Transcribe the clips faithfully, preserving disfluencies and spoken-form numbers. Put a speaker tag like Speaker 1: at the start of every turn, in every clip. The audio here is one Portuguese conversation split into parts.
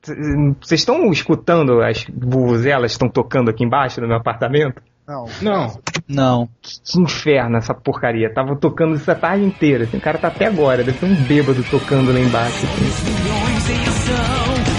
Speaker 1: Vocês estão escutando as vuvuzelas que estão tocando aqui embaixo no meu apartamento?
Speaker 2: Não.
Speaker 3: Não.
Speaker 4: Não.
Speaker 1: Que inferno essa porcaria. Tava tocando isso a tarde inteira. Assim, o cara tá até agora. Deve ser um bêbado tocando lá embaixo. Assim.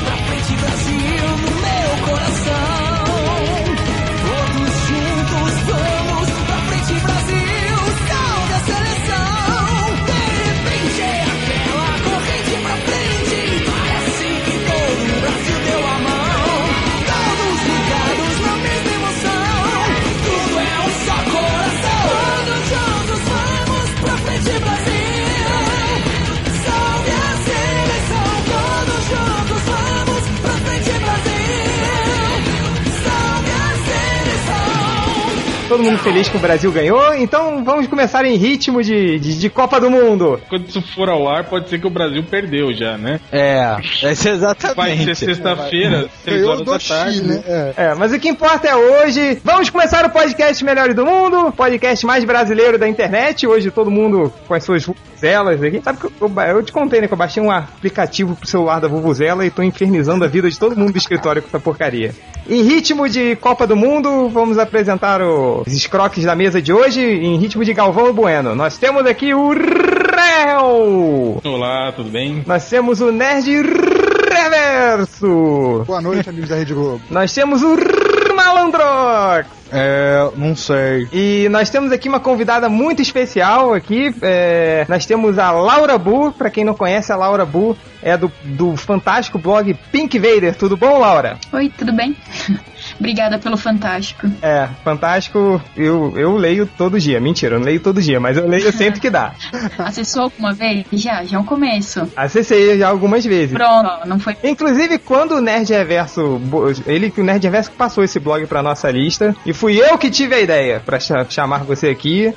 Speaker 1: Todo mundo feliz que o Brasil ganhou, então vamos começar em ritmo de, de, de Copa do Mundo.
Speaker 3: Quando isso for ao ar, pode ser que o Brasil perdeu já, né?
Speaker 4: É, vai ser exatamente.
Speaker 3: Vai ser sexta-feira, três horas da tarde, né?
Speaker 1: É. é, mas o que importa é hoje. Vamos começar o podcast Melhores do Mundo, podcast mais brasileiro da internet. Hoje todo mundo com as suas vuvuzelas aqui. Sabe que eu, eu te contei, né, que eu baixei um aplicativo pro celular da vuvuzela e tô infernizando a vida de todo mundo do escritório com essa porcaria. Em ritmo de Copa do Mundo, vamos apresentar os escroques da mesa de hoje, em ritmo de Galvão Bueno. Nós temos aqui o Réu!
Speaker 3: Olá, tudo bem?
Speaker 1: Nós temos o Nerd Reverso!
Speaker 2: Boa noite, amigos da Rede Globo.
Speaker 1: Nós temos o Malandrox!
Speaker 4: É, não sei.
Speaker 1: E nós temos aqui uma convidada muito especial aqui. É, nós temos a Laura Bu. Pra quem não conhece, a Laura Bu é do, do fantástico blog Pink Vader. Tudo bom, Laura?
Speaker 5: Oi, tudo bem? Obrigada pelo fantástico.
Speaker 1: É, fantástico eu, eu leio todo dia. Mentira, eu não leio todo dia, mas eu leio sempre que dá.
Speaker 5: Acessou alguma vez? Já, já é um começo.
Speaker 1: Acessei já algumas vezes.
Speaker 5: Pronto, não foi...
Speaker 1: Inclusive, quando o Nerd Reverso... Ele, o Nerd Reverso que passou esse blog pra nossa lista. E fui eu que tive a ideia pra chamar você aqui.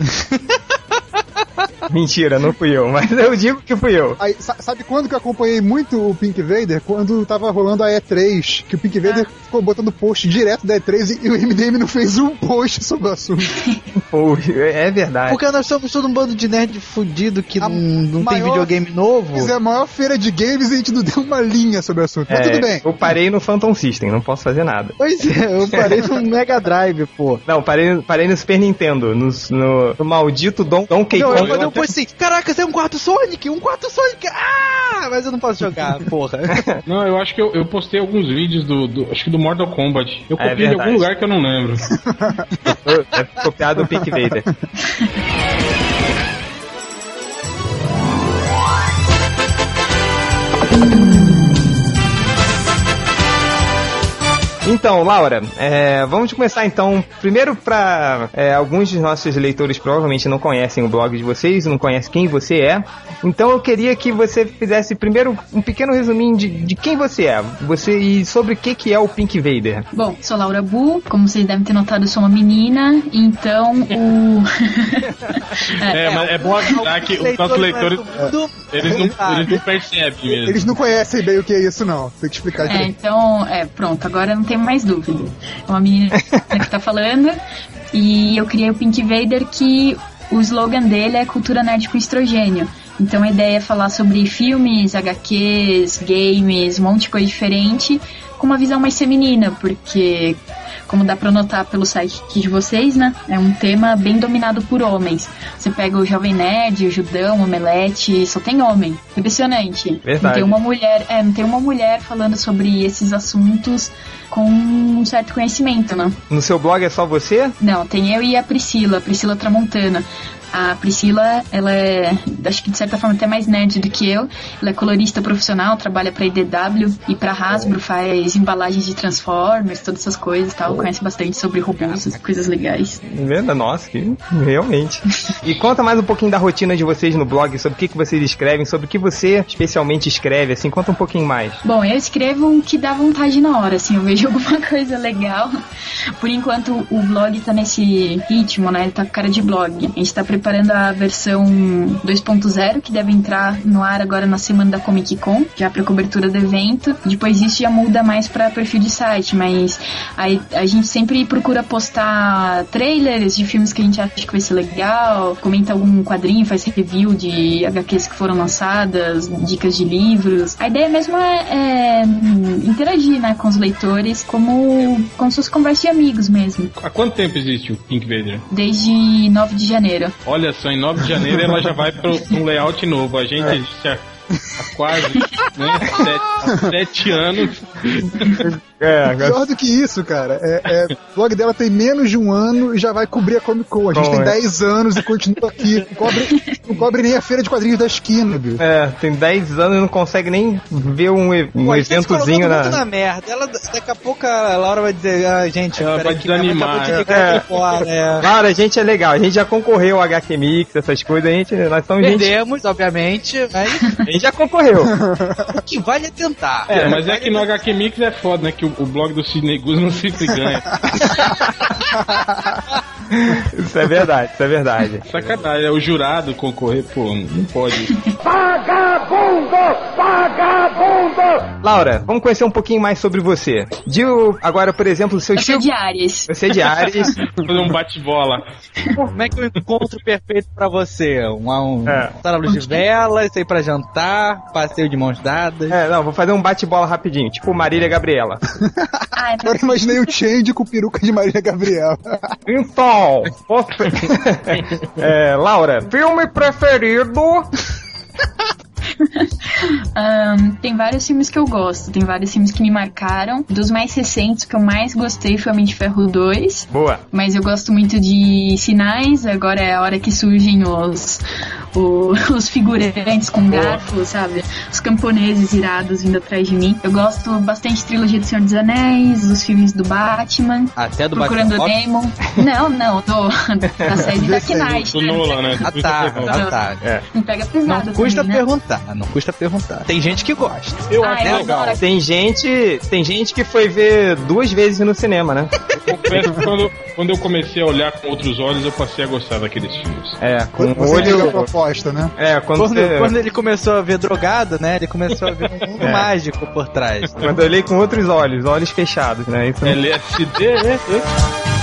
Speaker 1: Mentira, não fui eu, mas eu digo que fui eu.
Speaker 2: Aí, sabe quando que eu acompanhei muito o Pink Vader? Quando tava rolando a E três, que o Pink Vader ah. ficou botando post direto da E três e, e o M D M não fez um post sobre o assunto.
Speaker 1: Poxa, é verdade.
Speaker 4: Porque nós somos todo um bando de nerd fudido que
Speaker 2: a
Speaker 4: não, não
Speaker 2: maior,
Speaker 4: tem videogame novo.
Speaker 2: Mas é a maior feira de games e a gente não deu uma linha sobre o assunto.
Speaker 1: É,
Speaker 2: mas tudo bem.
Speaker 1: Eu parei no Phantom System, não posso fazer nada.
Speaker 4: Pois é, eu parei no Mega Drive, pô.
Speaker 1: Não, parei, parei no Super Nintendo, no, no, no maldito Don, Donkey Kong.
Speaker 4: Não, eu, eu depois assim, caraca, você é um quarto Sonic, um quarto Sonic, ah, mas eu não posso jogar, porra.
Speaker 3: Não, eu acho que eu, eu postei alguns vídeos do, do, acho que do Mortal Kombat. Eu copiei
Speaker 1: é
Speaker 3: de algum lugar que eu não lembro.
Speaker 1: É copiado do Pink Vader. Então, Laura, é, vamos começar então, primeiro para é, alguns dos nossos leitores provavelmente não conhecem o blog de vocês, não conhecem quem você é, então eu queria que você fizesse primeiro um pequeno resuminho de, de quem você é, você e sobre o que, que é o Pink Vader.
Speaker 5: Bom, sou Laura Bu, como vocês devem ter notado, eu sou uma menina, então o...
Speaker 3: é, é, mas é bom avisar que os nossos leitores, eles não, eles não percebem mesmo.
Speaker 2: Eles não conhecem bem o que é isso não, tem que explicar isso.
Speaker 5: É, então, é, pronto, agora não tem mais dúvida. É uma menina que tá falando. E eu criei o Pink Vader, que o slogan dele é cultura nerd com estrogênio. Então a ideia é falar sobre filmes, H Qs, games, um monte de coisa diferente, com uma visão mais feminina, porque, como dá pra notar pelo site aqui de vocês, né, é um tema bem dominado por homens. Você pega o Jovem Nerd, o Judão, o Omelete, só tem homem. Impressionante.
Speaker 1: Verdade.
Speaker 5: Não tem uma mulher, é, não tem uma mulher falando sobre esses assuntos com um certo conhecimento, né?
Speaker 1: No seu blog é só você?
Speaker 5: Não, tem eu e a Priscila, Priscila Tramontana. A Priscila, ela é, acho que de certa forma até mais nerd do que eu. Ela é colorista profissional, trabalha pra I D W e pra Hasbro, faz embalagens de Transformers, todas essas coisas e tal. Conhece bastante sobre robôs, coisas legais.
Speaker 1: Venda, nossa, que, realmente. E conta mais um pouquinho da rotina de vocês no blog, sobre o que, que vocês escrevem, sobre o que você especialmente escreve, assim, conta um pouquinho mais.
Speaker 5: Bom, eu escrevo o que dá vontade na hora, assim, eu vejo alguma coisa legal. Por enquanto, o blog tá nesse ritmo, né, ele tá com cara de blog. A gente tá preparando preparando a versão dois ponto zero, que deve entrar no ar agora na semana da Comic Con, já pra cobertura do evento. Depois disso já muda mais pra perfil de site, mas aí a gente sempre procura postar trailers de filmes que a gente acha que vai ser legal, comenta algum quadrinho, faz review de H Qs que foram lançadas, dicas de livros. A ideia mesmo é, é interagir, né, com os leitores como, como se fosse conversa de amigos mesmo.
Speaker 3: Há quanto tempo existe o Pink Vader?
Speaker 5: Desde nove de janeiro.
Speaker 3: Olha só, em nove de janeiro ela já vai para um layout novo. A gente existe há, há quase né, sete, sete anos.
Speaker 2: É, pior do que isso, cara. É, é, o blog dela tem menos de um ano e já vai cobrir a Comic Con. A gente Bom, tem é. dez anos e continua aqui. Não cobre, não cobre nem a feira de quadrinhos da esquina, bicho.
Speaker 1: É, tem dez anos e não consegue nem ver um, um Pô, eventozinho na...
Speaker 4: muito na merda. Ela, daqui a pouco a Laura vai dizer, ah, gente,
Speaker 3: ela vai desanimar.
Speaker 1: É. É. Fora, é. Laura, a gente é legal. A gente já concorreu ao H Q Mix, essas coisas. A gente, nós somos
Speaker 4: Perdemos,
Speaker 1: gente...
Speaker 4: obviamente, mas...
Speaker 1: A gente já concorreu.
Speaker 4: O que vale é tentar.
Speaker 3: É, é mas é que no H Q Mix é foda, né? Que o, o blog do Sidney Guzman não sempre ganha.
Speaker 1: Isso é verdade, isso é verdade.
Speaker 3: Sacanagem, é o jurado concorrer, pô, não pode.
Speaker 1: Vagabundo! Vagabundo! Laura, vamos conhecer um pouquinho mais sobre você. Diga agora, por exemplo, o seu
Speaker 5: estilo. Eu sou de Ares.
Speaker 1: Você é de Ares.
Speaker 3: Fazer um bate-bola.
Speaker 4: Como é que é o encontro perfeito pra você? Um, um é. Tá na luz de velas, sair pra jantar, passeio de mãos dadas.
Speaker 1: É, não, vou fazer um bate-bola rapidinho, tipo Marília Gabriela.
Speaker 5: Ah,
Speaker 2: eu imaginei o Change com peruca de Marília Gabriela.
Speaker 1: Então, posso... é, Laura, filme preferido?
Speaker 5: um, tem vários filmes que eu gosto, tem vários filmes que me marcaram. Dos mais recentes, o que eu mais gostei foi Homem de Ferro dois.
Speaker 1: Boa.
Speaker 5: Mas eu gosto muito de Sinais, agora é a hora que surgem os, os, os figurantes com gatos, sabe? Os camponeses irados vindo atrás de mim. Eu gosto bastante de trilogia do Senhor dos Anéis, os filmes do Batman.
Speaker 4: Até do
Speaker 5: Procurando
Speaker 4: Batman?
Speaker 5: Nemo. Não, não, do, da série da Knight.
Speaker 3: Do Nolan, né?
Speaker 4: Ah tá, ah tá.
Speaker 5: É. Não pega pesado.
Speaker 4: Não custa
Speaker 5: também,
Speaker 4: perguntar, né? Não custa perguntar. Tem gente que gosta.
Speaker 3: Eu
Speaker 5: ah,
Speaker 3: acho
Speaker 5: eu
Speaker 3: legal.
Speaker 5: Adoro.
Speaker 1: Tem gente, tem gente que foi ver duas vezes no cinema, né?
Speaker 3: Eu confesso que quando, quando eu comecei a olhar com outros olhos, eu passei a gostar daqueles filmes.
Speaker 1: É, com
Speaker 2: o olho... a proposta, né?
Speaker 1: É, quando,
Speaker 4: quando,
Speaker 1: você...
Speaker 4: quando ele começou a ver drogado, né? Ele começou a ver um mundo é. mágico por trás.
Speaker 1: Quando eu olhei com outros olhos, olhos fechados, né? Isso
Speaker 3: L S D, é, é.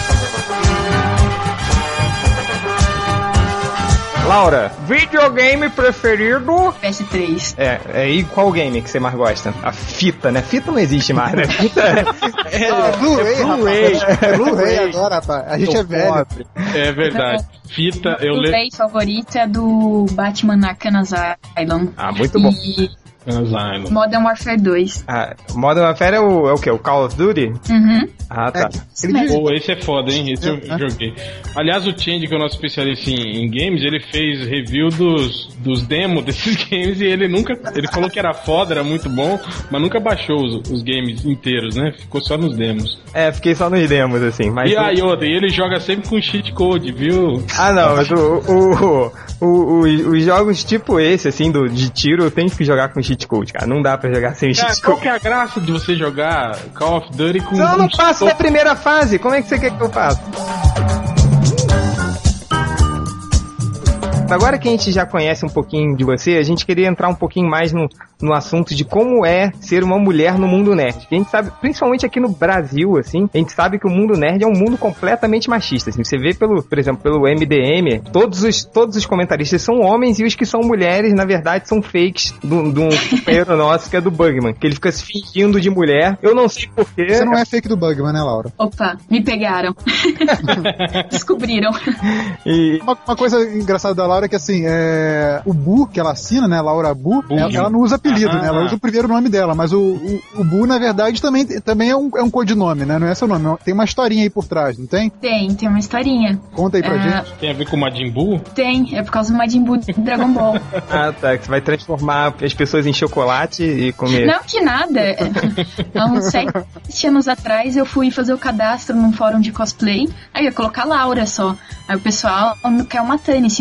Speaker 1: Laura, videogame preferido?
Speaker 5: P S três.
Speaker 1: É, é, e qual game que você mais gosta? A fita, né? Fita não existe mais, né? Fita é...
Speaker 2: é, é Blu-ray, é Blu-ray. É Blu-ray agora, rapaz. A gente é velho.
Speaker 3: É verdade. Fita, eu
Speaker 5: lembro. O Blu-ray favorito é do Batman Arkham Asylum.
Speaker 1: Ah, muito bom.
Speaker 5: E...
Speaker 3: Asylum.
Speaker 5: Modern Warfare dois.
Speaker 1: Ah, Modern Warfare é o, é o quê? O Call of Duty?
Speaker 5: Uhum.
Speaker 1: Ah, tá.
Speaker 3: É, Pô, esse é foda, hein? Esse eu é. joguei. Aliás, o Change, que é o nosso especialista em, em games, ele fez review dos, dos demos desses games e ele nunca... Ele falou que era foda, era muito bom, mas nunca baixou os, os games inteiros, né? Ficou só nos demos.
Speaker 1: É, fiquei só nos demos, assim. Mas
Speaker 3: e aí, Yoda, e ele joga sempre com cheat code, viu?
Speaker 1: Ah, não, mas o, o, o, o, os jogos tipo esse, assim, do, de tiro, tem que jogar com cheat code, cara. Não dá pra jogar sem
Speaker 3: cara,
Speaker 1: cheat code.
Speaker 3: Qual que é a graça de você jogar Call of Duty com...
Speaker 1: Não, não passa da primeira fase. Como é que você quer que eu faça? Agora que a gente já conhece um pouquinho de você, a gente queria entrar um pouquinho mais no, no assunto de como é ser uma mulher no mundo nerd. A gente sabe, principalmente aqui no Brasil, assim, a gente sabe que o mundo nerd é um mundo completamente machista. Assim, você vê, pelo, por exemplo, pelo M D M, todos os, todos os comentaristas são homens e os que são mulheres, na verdade, são fakes de um companheiro nosso que é do Bugman, que ele fica se fingindo de mulher. Eu não sei porquê.
Speaker 2: Você não é fake do Bugman, né, Laura?
Speaker 5: Opa, me pegaram. Descobriram.
Speaker 1: E...
Speaker 2: Uma, uma coisa engraçada da Laura é que, assim, é... o Bu, que ela assina, né, Laura Bu, ela, ela não usa apelido, ah, né, ela usa o primeiro nome dela, mas o, o, o Bu, na verdade, também, também é, um, é um codinome, né, não é seu nome, tem uma historinha aí por trás, não tem?
Speaker 5: Tem, tem uma historinha.
Speaker 2: Conta aí pra uh... gente.
Speaker 3: Tem a ver com o Majin Buu?
Speaker 5: Tem, é por causa do Majin Buu de Dragon Ball.
Speaker 1: Ah, tá, que você vai transformar as pessoas em chocolate e comer.
Speaker 5: Não, que nada. Há uns sete anos atrás eu fui fazer o cadastro num fórum de cosplay, aí eu ia colocar Laura só. Aí o pessoal quer uma Tânia em cima, não,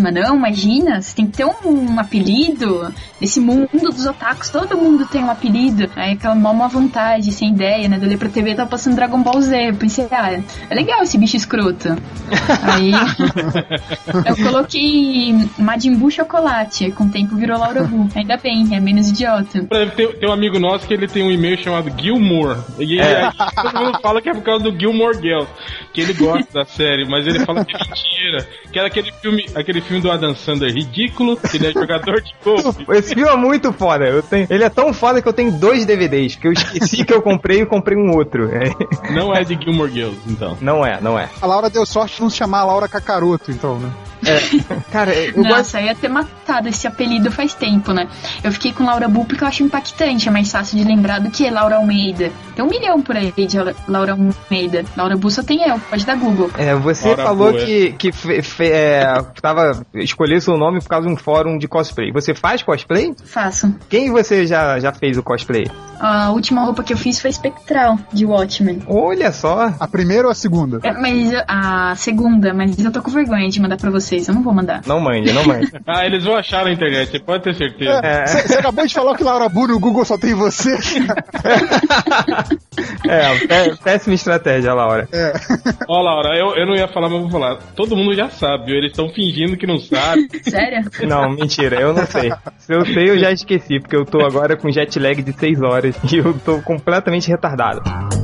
Speaker 5: imagina, você tem que ter um, um apelido. Nesse mundo dos otakus, todo mundo tem um apelido. Aí aquela mó má vontade, sem ideia, né? Eu olhei pra T V, tava passando Dragon Ball Z. Eu pensei, ah, é legal esse bicho escroto. Aí eu coloquei Majin Buu Chocolate. Com o tempo virou Laura Buu. Ainda bem, é menos idiota.
Speaker 3: Por exemplo, tem, tem um amigo nosso que ele tem um e-mail chamado Gilmore. E é. todo mundo fala que é por causa do Gilmore Girls, que ele gosta da série, mas ele fala que é mentira. Que era aquele filme, aquele filme do Adam Sandler ridículo, que ele é jogador de golfe.
Speaker 1: Esse filme é muito foda. Eu tenho, ele é tão foda que eu tenho dois D V Ds, porque eu esqueci que eu comprei e comprei um outro. É.
Speaker 3: Não é de Gilmore Girls, então.
Speaker 1: Não é, não é.
Speaker 2: A Laura deu sorte de não se chamar a Laura Cacaroto, então, né?
Speaker 1: É. Cara, eu
Speaker 5: Nossa,
Speaker 1: gosto...
Speaker 5: eu ia ter matado esse apelido faz tempo, né? Eu fiquei com Laura Buu porque eu acho impactante, é mais fácil de lembrar do que Laura Almeida. Tem um milhão por aí de Laura Almeida. Laura Buu só tem eu, pode dar Google.
Speaker 1: É, você Laura falou Buu, que, é. que fe, fe, é, tava escolhendo seu nome por causa de um fórum de cosplay. Você faz cosplay?
Speaker 5: Faço.
Speaker 1: Quem você já, já fez o cosplay?
Speaker 5: A última roupa que eu fiz foi Espectral, de Watchmen.
Speaker 1: Olha só.
Speaker 2: A primeira ou a segunda?
Speaker 5: É, mas a segunda, mas eu tô com vergonha de mandar pra vocês, eu não vou mandar.
Speaker 1: Não mande, não mande.
Speaker 3: Ah, eles vão achar na internet, você pode ter certeza.
Speaker 2: Você é. acabou de falar que Laura Buu no Google só tem você.
Speaker 1: É, pé, péssima estratégia, Laura.
Speaker 2: É.
Speaker 3: Ó, Laura, eu, eu não ia falar, mas vou falar. Todo mundo já sabe, viu? Eles estão fingindo que não sabe.
Speaker 5: Sério?
Speaker 1: Não, mentira, eu não sei. Se eu sei, eu já esqueci, porque eu tô agora com jet lag de seis horas e eu tô completamente retardado.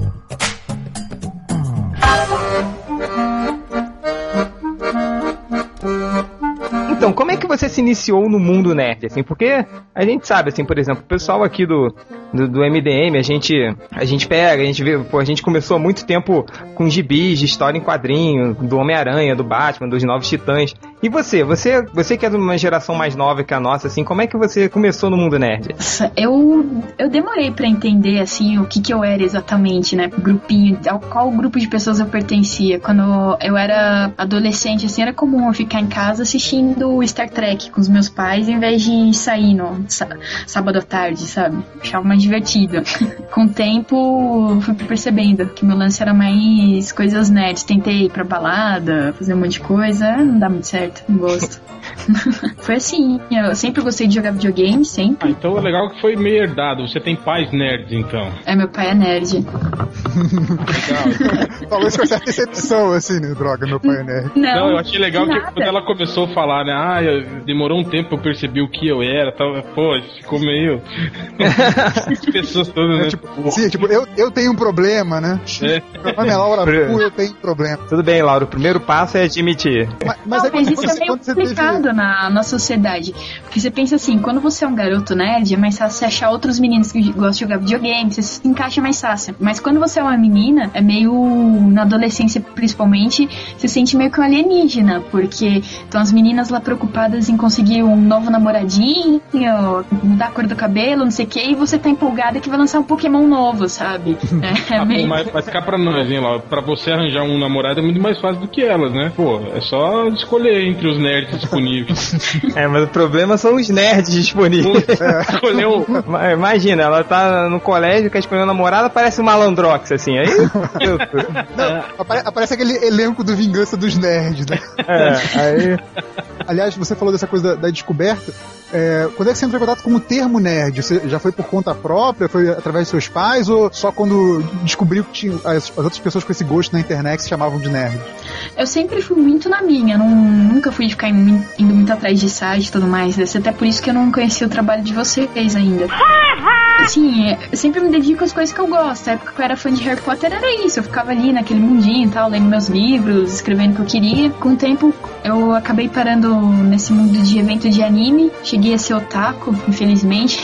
Speaker 1: Então, como é que você se iniciou no mundo nerd, assim? Porque a gente sabe, assim, por exemplo, o pessoal aqui do, do, do M D M, a gente, a gente pega, a gente vê, pô, a gente começou há muito tempo com gibis de história em quadrinho, do Homem-Aranha, do Batman, dos Novos Titãs. E você? Você, você que é de uma geração mais nova que a nossa, assim, como é que você começou no mundo nerd?
Speaker 5: Eu, eu demorei pra entender, assim, o que que eu era exatamente, né? Grupinho, ao qual grupo de pessoas eu pertencia. Quando eu era adolescente, assim, era comum eu ficar em casa assistindo Star Trek com os meus pais, em vez de sair no sábado à tarde, sabe? Achava mais divertido. Com o tempo, fui percebendo que meu lance era mais coisas nerds. Tentei ir pra balada, fazer um monte de coisa, não dá muito certo, não gosto. Foi assim, eu sempre gostei de jogar videogame, sempre.
Speaker 3: Ah, então é legal que foi meio herdado. Você tem pais nerds, então.
Speaker 5: É, meu pai é nerd.
Speaker 2: Legal. Falou isso com certa decepção, assim, né? Droga, meu pai é nerd.
Speaker 5: Não,
Speaker 3: não eu achei legal que
Speaker 5: nada.
Speaker 3: quando ela começou a falar, né? Ah, demorou um tempo pra eu perceber o que eu era, tal. Pô, ficou meio... As pessoas todas,
Speaker 2: é,
Speaker 3: né?
Speaker 2: Tipo, sim, tipo, eu, eu tenho um problema, né?
Speaker 3: É.
Speaker 2: Meu nome é Laura Buu, eu tenho um problema.
Speaker 1: Tudo bem, Laura, o primeiro passo é admitir.
Speaker 2: Mas, mas,
Speaker 5: não,
Speaker 2: é
Speaker 5: mas isso
Speaker 2: você,
Speaker 5: é meio complicado
Speaker 2: teve...
Speaker 5: na, na sociedade. Porque você pensa assim, quando você é um garoto nerd, é mais fácil você achar outros meninos que gostam de jogar videogame, você se encaixa mais fácil. Mas quando você é uma menina, é meio, na adolescência principalmente, você sente meio que um alienígena, porque estão as meninas lá preocupadas em conseguir um novo namoradinho, mudar a cor do cabelo, não sei o que, e você tá empolgada que vai lançar um Pokémon novo, sabe? É, é
Speaker 3: ah,
Speaker 5: meio...
Speaker 3: mas, mas cá pra nós, hein, Laura? Pra você arranjar um namorado é muito mais fácil do que elas, né? Pô, é só escolher entre os nerds disponíveis.
Speaker 1: É, mas o problema são os nerds disponíveis.
Speaker 3: É. Escolher um...
Speaker 1: Imagina, ela tá no colégio, quer escolher uma namorada, parece um malandrox, assim. Aí.
Speaker 2: Não, apare- aparece aquele elenco do Vingança dos Nerds, né?
Speaker 1: É, aí.
Speaker 2: Aliás, você falou dessa coisa da, da descoberta. É, quando é que você entrou em contato com o termo nerd? Você já foi por conta própria? Foi através de seus pais? Ou só quando descobriu que tinha as, as outras pessoas com esse gosto na internet se chamavam de nerd?
Speaker 5: Eu sempre fui muito na minha, não, nunca fui ficar indo muito atrás de site e tudo mais. Deve ser até por isso que eu não conhecia o trabalho de vocês ainda. Assim, eu sempre me dedico às coisas que eu gosto. Na época que eu era fã de Harry Potter era isso. Eu ficava ali naquele mundinho e tal, lendo meus livros, escrevendo o que eu queria. Com o tempo, eu acabei parando nesse mundo de evento de anime. Cheguei a ser otaku, infelizmente.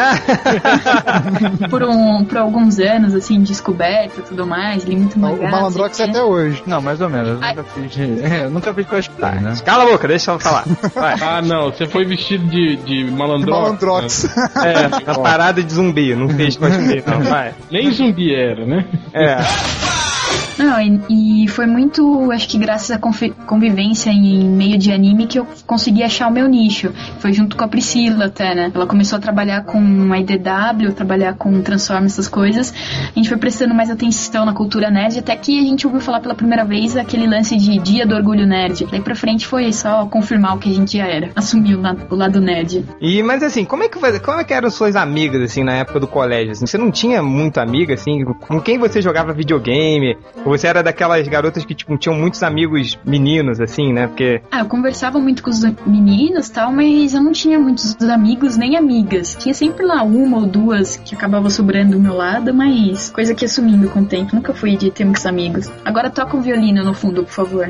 Speaker 5: por, um, por alguns anos, assim, descoberta e tudo mais. Li muito mangá.
Speaker 2: O Malandrox até hoje.
Speaker 4: Não, mais ou menos. Eu nunca fiz, eu nunca fiz cosplay, né?
Speaker 1: Cala a boca, deixa eu falar. Vai.
Speaker 3: Ah, não. Você foi vestido de, de malandrox.
Speaker 2: Malandrox.
Speaker 3: Né?
Speaker 1: É, a parada de zumbi. Não fez cosplay, não. Vai.
Speaker 3: Nem zumbi era, né?
Speaker 1: É.
Speaker 5: Não, e, e foi muito, acho que graças à convivência em meio de anime que eu consegui achar o meu nicho. Foi junto com a Priscila até, né? Ela começou a trabalhar com a I D W, trabalhar com Transformers, essas coisas. A gente foi prestando mais atenção na cultura nerd, até que a gente ouviu falar pela primeira vez aquele lance de Dia do Orgulho Nerd. Daí pra frente foi só confirmar o que a gente já era. Assumiu o lado nerd.
Speaker 1: E, mas assim, como é que, como é que eram suas amigas, assim, na época do colégio? Assim, você não tinha muita amiga, assim? Com quem você jogava videogame? Ou você era daquelas garotas que, tipo, tinham muitos amigos meninos, assim, né? Porque...
Speaker 5: Ah, eu conversava muito com os meninos e tal, mas eu não tinha muitos amigos nem amigas. Tinha sempre lá uma ou duas que acabava sobrando do meu lado, mas coisa que ia sumindo com o tempo. Nunca fui de ter muitos amigos. Agora toca um violino no fundo, por favor.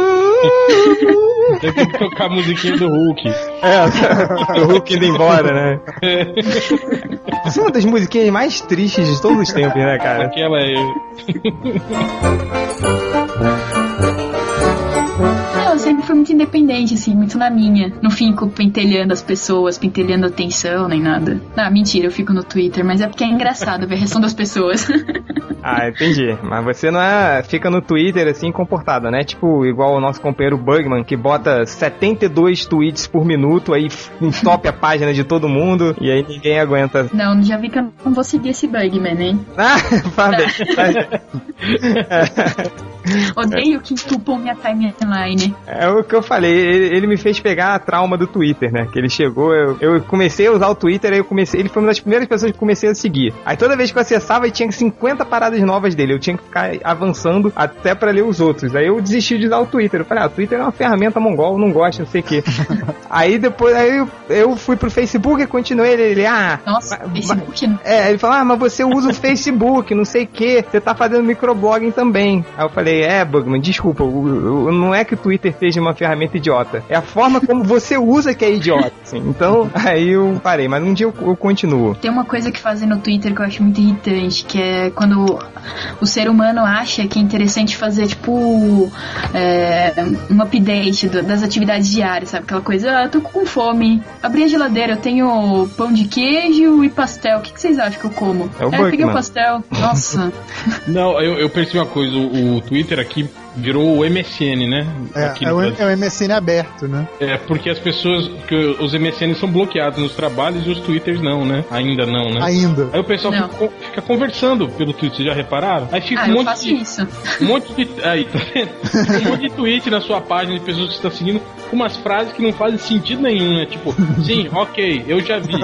Speaker 3: Tem que tocar a musiquinha do Hulk.
Speaker 1: É, o Hulk indo embora, né? Essa é uma das musiquinhas mais tristes de todos os tempos, né, cara?
Speaker 3: Aquela é...
Speaker 5: Eu sempre fui muito independente, assim, muito na minha. Não fico pentelhando as pessoas, pentelhando a atenção, nem nada. Não, mentira, eu fico no Twitter, mas é porque é engraçado ver a reação das pessoas.
Speaker 1: Ah, entendi. Mas você não é, fica no Twitter assim comportada, né? Tipo, igual o nosso companheiro Bugman, que bota setenta e dois tweets por minuto, aí entope a página de todo mundo, e aí ninguém aguenta.
Speaker 5: Não, já vi que eu não vou seguir esse Bugman, hein?
Speaker 1: Ah, fala bem.
Speaker 5: Odeio que entupam minha timeline.
Speaker 1: É o que eu falei, ele, ele me fez pegar a trauma do Twitter, né? Que ele chegou, eu, eu comecei a usar o Twitter, aí eu comecei, ele foi uma das primeiras pessoas que comecei a seguir. Aí toda vez que eu acessava, ele tinha cinquenta paradas novas dele, eu tinha que ficar avançando até pra ler os outros. Aí eu desisti de usar o Twitter, eu falei, ah, o Twitter é uma ferramenta mongol, não gosto, não sei o quê. Aí depois, aí eu, eu fui pro Facebook e continuei, ele, ele ah...
Speaker 5: Nossa,
Speaker 1: ma,
Speaker 5: Facebook...
Speaker 1: Ma, é, ele falou, ah, mas você usa o Facebook, não sei o quê, você tá fazendo microblogging também. Aí eu falei, é, Bugman, desculpa, o, o, não é que o Twitter seja uma ferramenta idiota, é a forma como você usa que é idiota, assim. Então, aí eu parei, mas um dia eu, eu continuo.
Speaker 5: Tem uma coisa que fazem no Twitter que eu acho muito irritante, que é quando o ser humano acha que é interessante fazer, tipo, é, um update do, das atividades diárias, sabe? Aquela coisa, ah, eu tô com fome, abri a geladeira, eu tenho pão de queijo e pastel, o que, que vocês acham que eu como?
Speaker 1: É o
Speaker 5: é, eu peguei o pastel, nossa.
Speaker 3: Não, eu, eu percebi uma coisa, o, o Twitter aqui virou o M S N, né?
Speaker 2: É, é, o, é o M S N aberto, né?
Speaker 3: É, porque as pessoas, que os M S N são bloqueados nos trabalhos e os Twitters não, né? Ainda não, né?
Speaker 2: Ainda.
Speaker 3: Aí o pessoal fica, fica conversando pelo Twitter, vocês já repararam? Aí fica
Speaker 5: ah,
Speaker 3: um
Speaker 5: eu
Speaker 3: monte
Speaker 5: faço
Speaker 3: de,
Speaker 5: isso.
Speaker 3: Um monte de... Aí, tá vendo? Um monte de tweet na sua página de pessoas que você tá seguindo com umas frases que não fazem sentido nenhum, né? Tipo, sim, ok, eu já vi.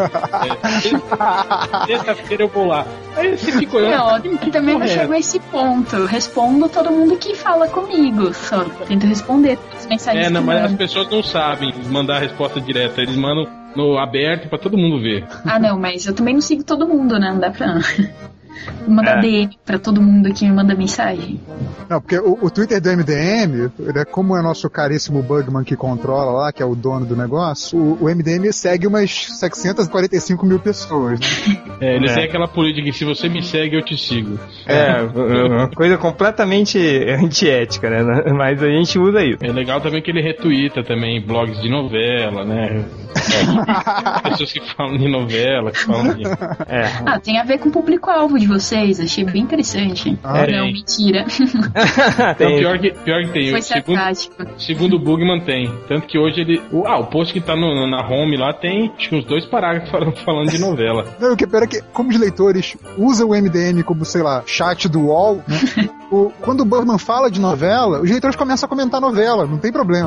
Speaker 3: É, terça-feira eu vou lá. Aí você fica olhando.
Speaker 5: Não, e também não chego a esse ponto. Eu respondo todo mundo que fala comigo. Só tento responder as mensagens.
Speaker 3: É, não,
Speaker 5: que
Speaker 3: mas
Speaker 5: mandam.
Speaker 3: as pessoas não sabem mandar a resposta direta. Eles mandam no aberto pra todo mundo ver.
Speaker 5: Ah, não, mas eu também não sigo todo mundo, né? Não dá pra mandar é. D M pra todo mundo que me manda mensagem.
Speaker 2: Não, porque o, o Twitter do M D M, né, como é nosso caríssimo Bugman que controla lá, que é o dono do negócio, o, o M D M segue umas seiscentos e quarenta e cinco mil pessoas. Né?
Speaker 3: É, ele
Speaker 1: é.
Speaker 3: tem aquela política que se você me segue, eu te sigo.
Speaker 1: É, uma coisa completamente antiética, né? Mas a gente usa isso.
Speaker 3: É legal também que ele retuita também blogs de novela, né? É, pessoas que falam de novela, que falam de...
Speaker 1: É.
Speaker 5: Ah, tem a ver com o público-alvo de vocês, achei bem interessante.
Speaker 2: Ah,
Speaker 5: não,
Speaker 3: tem.
Speaker 5: mentira.
Speaker 3: Não, pior, que, pior que tem.
Speaker 5: Foi
Speaker 3: segundo,
Speaker 5: sarcástico.
Speaker 3: segundo o Bugman tem. Tanto que hoje ele... O, ah, o post que tá no, na home lá tem acho que uns dois parágrafos falando, falando de novela.
Speaker 2: Não, o que é pior é que, como os leitores usam o M D M como, sei lá, chat do U O L, né? o, quando o Bugman fala de novela, os leitores começam a comentar novela, não tem problema,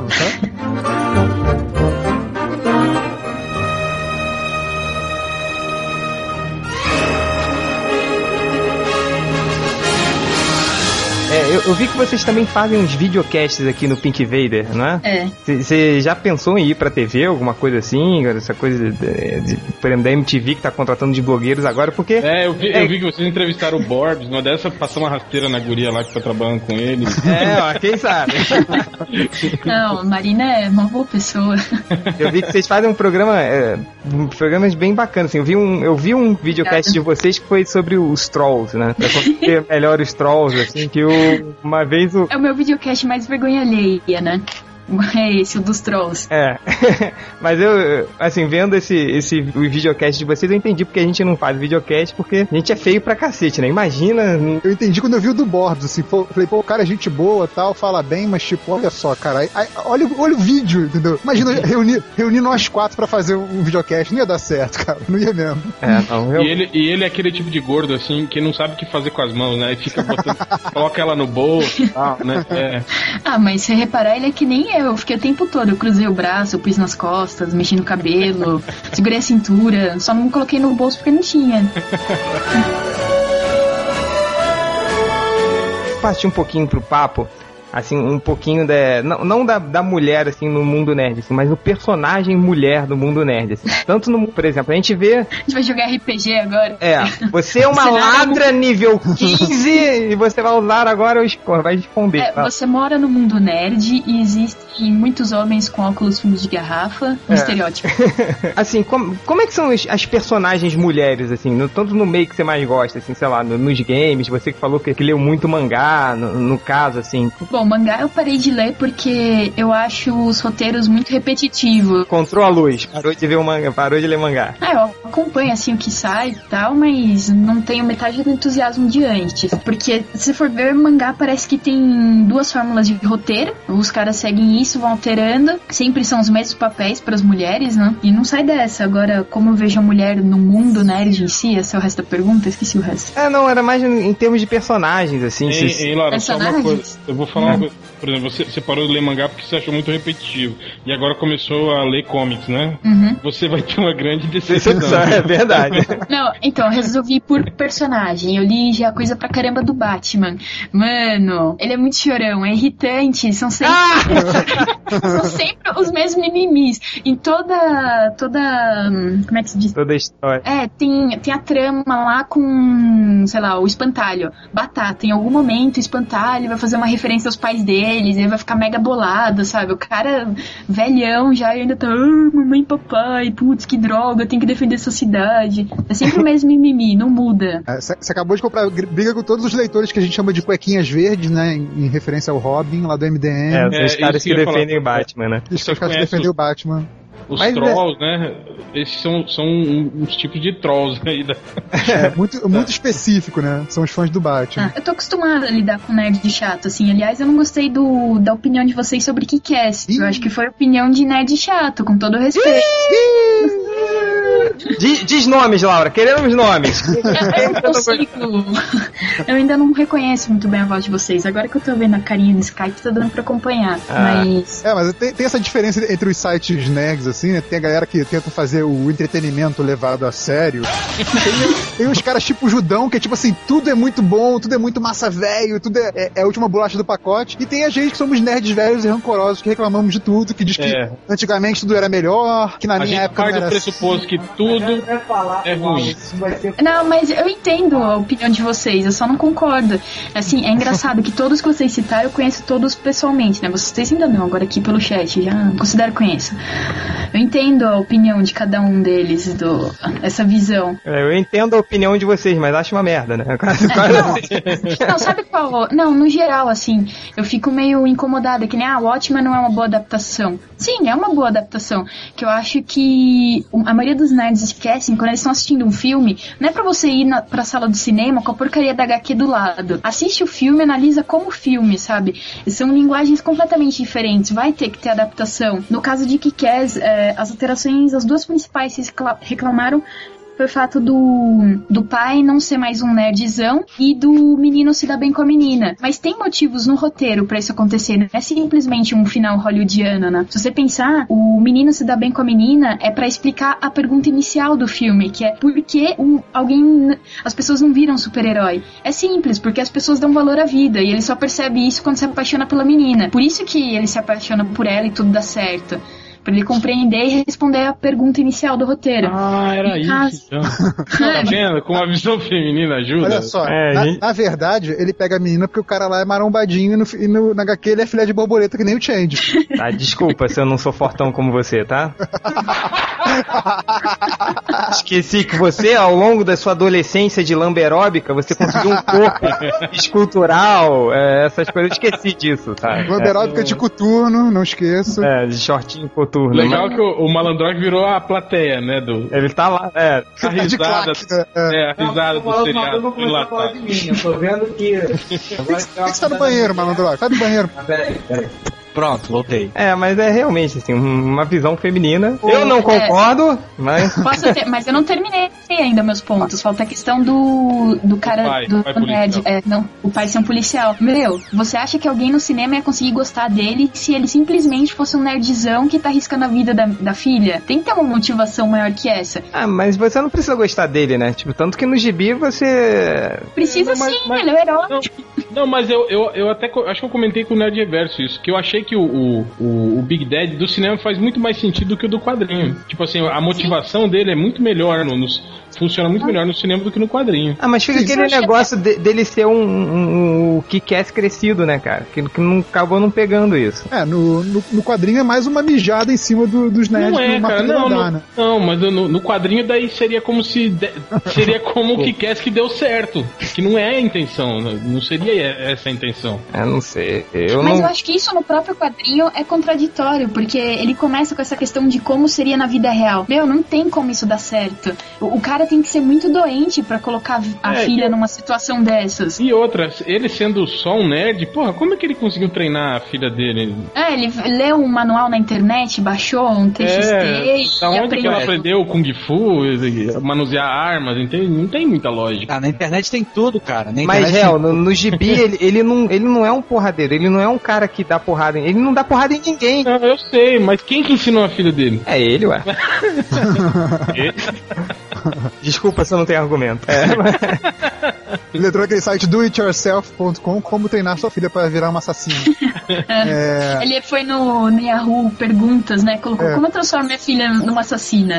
Speaker 2: tá?
Speaker 1: É, eu, eu vi que vocês também fazem uns videocasts aqui no Pink Vader, não é?
Speaker 5: É.
Speaker 1: Você já pensou em ir pra T V, alguma coisa assim? Essa coisa de, de, por exemplo, da M T V que tá contratando de blogueiros agora, porque...
Speaker 3: É, eu vi,
Speaker 1: é...
Speaker 3: eu vi que vocês entrevistaram o Borbs, uma dessa passou uma rasteira na guria lá que tá trabalhando com ele.
Speaker 1: É, ó, quem sabe?
Speaker 5: Não, Marina é uma boa pessoa.
Speaker 1: Eu vi que vocês fazem um programa, é, um programas bem bacanas, assim. Eu vi um, eu vi um videocast de vocês que foi sobre os trolls, né? Pra conhecer melhor os trolls, assim, que eu, uma vez o...
Speaker 5: É o meu videocast mais vergonha alheia, né? É esse, o dos trolls.
Speaker 1: É. Mas eu, assim, vendo esse, esse o videocast de vocês, eu entendi porque a gente não faz videocast, porque a gente é feio pra cacete, né? Imagina...
Speaker 2: Eu entendi quando eu vi o do Borbs, assim, falei, pô, o cara é gente boa, tal, fala bem, mas tipo, olha só, cara, aí, aí, olha, olha o vídeo, entendeu? Imagina reunir, reunir nós quatro pra fazer um videocast, não ia dar certo, cara, não ia mesmo.
Speaker 1: É, não, eu...
Speaker 3: e, ele, e ele é aquele tipo de gordo, assim, que não sabe o que fazer com as mãos, né? E fica botando, coloca ela no bolso e tal, né? É.
Speaker 5: Ah, mas se reparar, ele é que nem eu, eu fiquei o tempo todo, eu cruzei o braço, eu pus nas costas, mexi no cabelo, segurei a cintura, só não coloquei no bolso porque não tinha.
Speaker 1: Partir um pouquinho pro papo, assim, um pouquinho da... Não, não da, da mulher, assim, no mundo nerd, assim, mas no personagem mulher do mundo nerd, assim. Tanto no... Por exemplo, a gente vê...
Speaker 5: A gente vai jogar R P G agora.
Speaker 1: É, você é uma ladra nível quinze e você vai usar agora o escor, vai responder.
Speaker 5: É,
Speaker 1: tá?
Speaker 5: Você mora no mundo nerd e existem muitos homens com óculos fundos de garrafa, um
Speaker 1: é.
Speaker 5: estereótipo.
Speaker 1: Assim, como, como é que são as, as personagens mulheres, assim, no, tanto no meio que você mais gosta, assim, sei lá, no, nos games, você que falou que, que leu muito mangá, no, no caso, assim...
Speaker 5: Bom, mangá eu parei de ler porque eu acho os roteiros muito repetitivos.
Speaker 1: Encontrou a luz, parou de ver o manga, parou de ler mangá.
Speaker 5: Ah, eu acompanho assim o que sai e tal, mas não tenho metade do entusiasmo de antes. Porque se for ver mangá, parece que tem duas fórmulas de roteiro. Os caras seguem isso, vão alterando. Sempre são os mesmos papéis para as mulheres, né? E não sai dessa. Agora, como eu vejo a mulher no mundo nerd em si, esse é o resto da pergunta, esqueci o resto.
Speaker 1: É, não, era mais em termos de personagens, assim.
Speaker 3: Ei,
Speaker 1: se...
Speaker 3: ei Laura, só uma coisa. Eu vou falar é. uma coisa. Por exemplo, você, você parou de ler mangá porque você achou muito repetitivo. E agora começou a ler comics, né?
Speaker 5: Uhum.
Speaker 3: Você vai ter uma grande decepção.
Speaker 1: É verdade.
Speaker 5: Não, então, eu resolvi por personagem. Eu li já coisa pra caramba do Batman. Mano, ele é muito chorão, é irritante. São sempre, ah! são sempre os mesmos mimimis. Em toda... toda... Como é que se diz?
Speaker 1: Toda a história.
Speaker 5: É, tem, tem a trama lá com, sei lá, o Espantalho. Batata. Em algum momento, o Espantalho vai fazer uma referência aos pais deles, ele vai ficar mega bolado, sabe? O cara velhão já e ainda tá, ah, mamãe e papai, putz, que droga, eu tenho que defender essa cidade. É sempre o mesmo mimimi, não muda.
Speaker 2: Você é, acabou de comprar briga com todos os leitores que a gente chama de cuequinhas verdes, né? Em, em referência ao Robin, lá do M D M.
Speaker 1: É, os é, caras que, que defendem o Batman, né?
Speaker 2: Os caras que defendem o Batman.
Speaker 3: Os
Speaker 1: Mas
Speaker 3: trolls, é... né? Esses são, são uns tipos de trolls aí. Da...
Speaker 2: É, muito, muito específico, né? São os fãs do Batman.
Speaker 5: Ah, eu tô acostumada a lidar com nerd de chato, assim. Aliás, eu não gostei do, da opinião de vocês sobre Kick-Ass. Eu acho que foi opinião de nerd chato, com todo o respeito.
Speaker 1: Diz, diz nomes, Laura. Queremos nomes.
Speaker 5: Eu, eu não consigo. Eu ainda não reconheço muito bem a voz de vocês. Agora que eu tô vendo a carinha no Skype, tá dando pra acompanhar. Ah. Mas...
Speaker 2: É, mas tem, tem essa diferença entre os sites nerds, assim, né? Tem a galera que tenta fazer o entretenimento levado a sério. Tem, tem os caras tipo Judão, que é tipo assim, tudo é muito bom, tudo é muito massa velho, tudo é, é, é a última bolacha do pacote. E tem a gente que somos nerds velhos e rancorosos, que reclamamos de tudo, que diz que é. antigamente tudo era melhor, que na
Speaker 3: a
Speaker 2: minha
Speaker 3: gente
Speaker 2: época
Speaker 3: parte
Speaker 2: não era
Speaker 3: do pressuposto que tudo é ruim.
Speaker 5: Não, mas eu entendo a opinião de vocês, eu só não concordo. Assim, é engraçado que todos que vocês citaram eu conheço todos pessoalmente, né? Vocês ainda não, agora aqui pelo chat, já considero que conheço. Eu entendo a opinião de cada um deles, do, essa visão.
Speaker 1: É, eu entendo a opinião de vocês, mas acho uma merda, né?
Speaker 5: É, não, não, sabe qual? Não, no geral, assim, eu fico meio incomodada, que nem, ah, o Watchmen não é uma boa adaptação. Sim, é uma boa adaptação, que eu acho que a maioria dos nerds esquecem, quando eles estão assistindo um filme, não é pra você ir na, pra sala do cinema com a porcaria da agá quê do lado. Assiste o filme, analisa como filme, sabe? São linguagens completamente diferentes, vai ter que ter adaptação. No caso de Kick-Ass, é, as alterações, as duas principais que reclamaram foi o fato do, do pai não ser mais um nerdzão e do menino se dar bem com a menina. Mas tem motivos no roteiro pra isso acontecer, não é simplesmente um final hollywoodiano, né? Se você pensar, o menino se dar bem com a menina é pra explicar a pergunta inicial do filme, que é por que um, alguém, as pessoas não viram super-herói. É simples, porque as pessoas dão valor à vida e ele só percebe isso quando se apaixona pela menina. Por isso que ele se apaixona por ela e tudo dá certo. Pra ele compreender e responder a pergunta inicial do roteiro.
Speaker 3: Ah, era isso,
Speaker 5: caso...
Speaker 3: então. Tá vendo? Com a visão feminina ajuda.
Speaker 2: Olha só,
Speaker 1: é,
Speaker 2: na,
Speaker 1: gente...
Speaker 2: na verdade, ele pega a menina porque o cara lá é marombadinho e no, e no, na H Q ele é filé de borboleta que nem o Change.
Speaker 1: Ah, desculpa se eu não sou fortão como você, tá? Esqueci que você, ao longo da sua adolescência de lamberóbica, você conseguiu um corpo escultural, é, essas coisas. Eu esqueci disso, tá?
Speaker 2: Lamberóbica é, de coturno, não esqueço.
Speaker 1: É, de shortinho coturno.
Speaker 3: Legal
Speaker 1: mas...
Speaker 3: que o, o Malandrox virou a plateia, né? Do...
Speaker 1: Ele tá lá, é.
Speaker 3: A risada,
Speaker 2: é.
Speaker 3: é, a risada do seriado.
Speaker 6: Não, não, não, falar de mim, eu tô vendo que...
Speaker 2: Por que você tá no banheiro, Malandrox? Vai no banheiro.
Speaker 6: Peraí, peraí.
Speaker 4: Pronto, voltei.
Speaker 1: É, mas é realmente, assim, uma visão feminina.
Speaker 5: Oh,
Speaker 1: eu não
Speaker 5: é.
Speaker 1: concordo, mas...
Speaker 5: Posso ter, mas eu não terminei ainda meus pontos. Falta a questão do, do cara,
Speaker 3: o pai,
Speaker 5: do
Speaker 3: pai
Speaker 5: nerd. É, não, o pai ser um policial. Meu, você acha que alguém no cinema ia conseguir gostar dele se ele simplesmente fosse um nerdzão que tá arriscando a vida da, da filha? Tem que ter uma motivação maior que essa.
Speaker 1: Ah, mas você não precisa gostar dele, né? Tipo, tanto que no gibi você...
Speaker 5: Precisa
Speaker 3: Não, mas-
Speaker 5: sim,
Speaker 3: mas-
Speaker 5: ele é o herói.
Speaker 3: Não, não, mas eu, eu, eu até co- acho que eu comentei com o Nerd Reverso isso, que eu achei que o, o, o, o Big Daddy do cinema faz muito mais sentido do que o do quadrinho. Tipo assim, a motivação dele é muito melhor, no, nos, funciona muito melhor no cinema do que no quadrinho.
Speaker 1: Ah, mas fica aquele negócio de- dele ser um, um, um Kick-Ass crescido, né, cara? Que, que não, acabou não pegando isso.
Speaker 2: É, no, no, no quadrinho é mais uma mijada em cima do, dos nerds
Speaker 3: Não é,
Speaker 2: que o
Speaker 3: cara,
Speaker 2: Martin
Speaker 3: não,
Speaker 2: dá,
Speaker 3: não,
Speaker 2: né?
Speaker 3: não, mas no, no quadrinho daí seria como se de- seria como o que quer que deu certo, que não é a intenção, não seria essa a intenção.
Speaker 1: Eu não sei, eu
Speaker 5: Mas
Speaker 1: não...
Speaker 5: eu acho que isso no próprio quadrinho é contraditório, porque ele começa com essa questão de como seria na vida real. Meu, não tem como isso dar certo. O, o cara tem que ser muito doente pra colocar a
Speaker 3: É,
Speaker 5: filha
Speaker 3: e-
Speaker 5: numa situação dessas.
Speaker 3: E outra, ele sendo só um nerd, porra, como é que ele conseguiu treinar a filha dele?
Speaker 5: É, ele leu um manual na internet, baixou um T X T
Speaker 3: É,
Speaker 5: e
Speaker 3: da onde que
Speaker 5: aprendeu.
Speaker 3: ela aprendeu Kung Fu, manusear armas, entende? Não tem muita lógica.
Speaker 4: Ah, na internet tem tudo, cara. Na
Speaker 1: Mas,
Speaker 4: internet
Speaker 1: Hel, no, no gibi, ele, ele, não, ele não é um porradeiro, ele não é um cara que dá porrada em... Ele não dá porrada em ninguém.
Speaker 3: Não, eu sei, mas quem que ensinou a filha dele?
Speaker 1: É ele, ué. Desculpa se eu não tenho argumento. É, mas...
Speaker 2: Ele entrou naquele site do it yourself ponto com, como treinar sua filha para virar uma assassina. É...
Speaker 5: Ele foi no, no Yahoo Perguntas, né? Colocou
Speaker 2: É.
Speaker 5: como eu transformo minha filha numa assassina.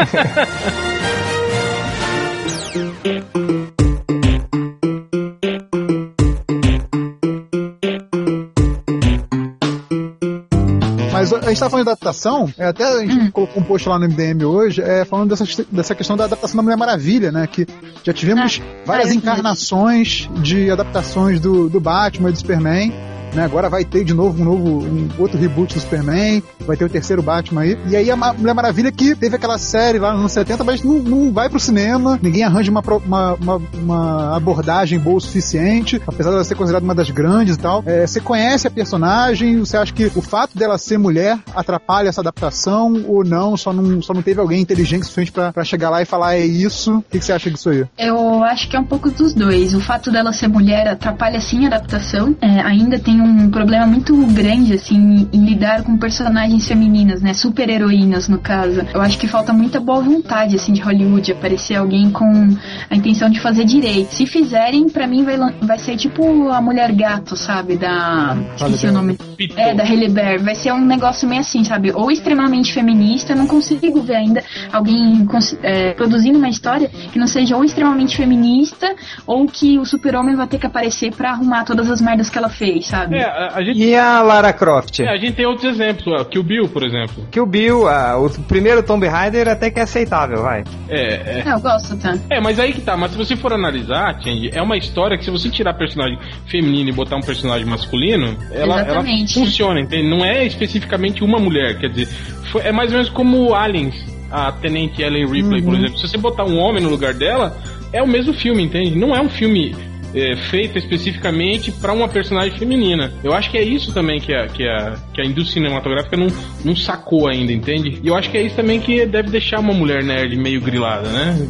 Speaker 2: Mas a gente tá falando de adaptação, é, até a gente colocou um post lá no M D M hoje, é, falando dessa, dessa questão da adaptação da Mulher Maravilha, né? Que já tivemos
Speaker 5: Ah,
Speaker 2: várias
Speaker 5: ah, eu vi.
Speaker 2: encarnações de adaptações do, do Batman e do Superman. Né, agora vai ter de novo um novo um outro reboot do Superman, vai ter o terceiro Batman aí. E aí a Ma- Mulher Maravilha que teve aquela série lá nos anos setenta, mas não, não vai pro cinema, ninguém arranja uma, pro- uma, uma, uma abordagem boa o suficiente, apesar dela ser considerada uma das grandes e tal. É, você conhece a personagem, você acha que o fato dela ser mulher atrapalha essa adaptação ou não? Só não, só não teve alguém inteligente o suficiente pra, pra chegar lá e falar é isso? O que, que você acha disso aí?
Speaker 5: Eu acho que é um pouco dos dois. O fato dela ser mulher atrapalha sim a adaptação. É, ainda tem um problema muito grande, assim, em lidar com personagens femininas, né? Super heroínas, no caso. Eu acho que falta muita boa vontade, assim, de Hollywood aparecer alguém com a intenção de fazer direito. Se fizerem, pra mim vai, lan- vai ser tipo a Mulher Gato, sabe? Da... esqueci o nome.
Speaker 3: Pitou.
Speaker 5: É, da Halle Berry. Vai ser um negócio meio assim, sabe? Ou extremamente feminista, eu não consigo ver ainda alguém cons- é, produzindo uma história que não seja ou extremamente feminista, ou que o super-homem vai ter que aparecer pra arrumar todas as merdas que ela fez, sabe?
Speaker 3: É, a, a gente,
Speaker 1: E a Lara Croft?
Speaker 3: é, a gente tem outros exemplos, ó, que o Bill, por exemplo.
Speaker 1: Que o Bill, a- o primeiro Tomb Raider até que é aceitável, vai.
Speaker 3: É, é,
Speaker 5: É, eu gosto, tá?
Speaker 3: é, mas aí que tá, mas se você for analisar, Change, é uma história que se você tirar personagem feminino e botar um personagem masculino, ela, ela
Speaker 5: Exatamente.
Speaker 3: funciona, entende? Não é especificamente uma mulher, quer dizer, foi- é mais ou menos como Aliens, a Tenente Ellen Ripley, por exemplo. Se você botar um homem no lugar dela, é o mesmo filme, entende? Não é um filme é, feito especificamente pra uma personagem feminina. Eu acho que é isso também que a, que a, que a indústria cinematográfica não, não sacou ainda, entende? E eu acho que é isso também que deve deixar uma mulher nerd meio grilada, né?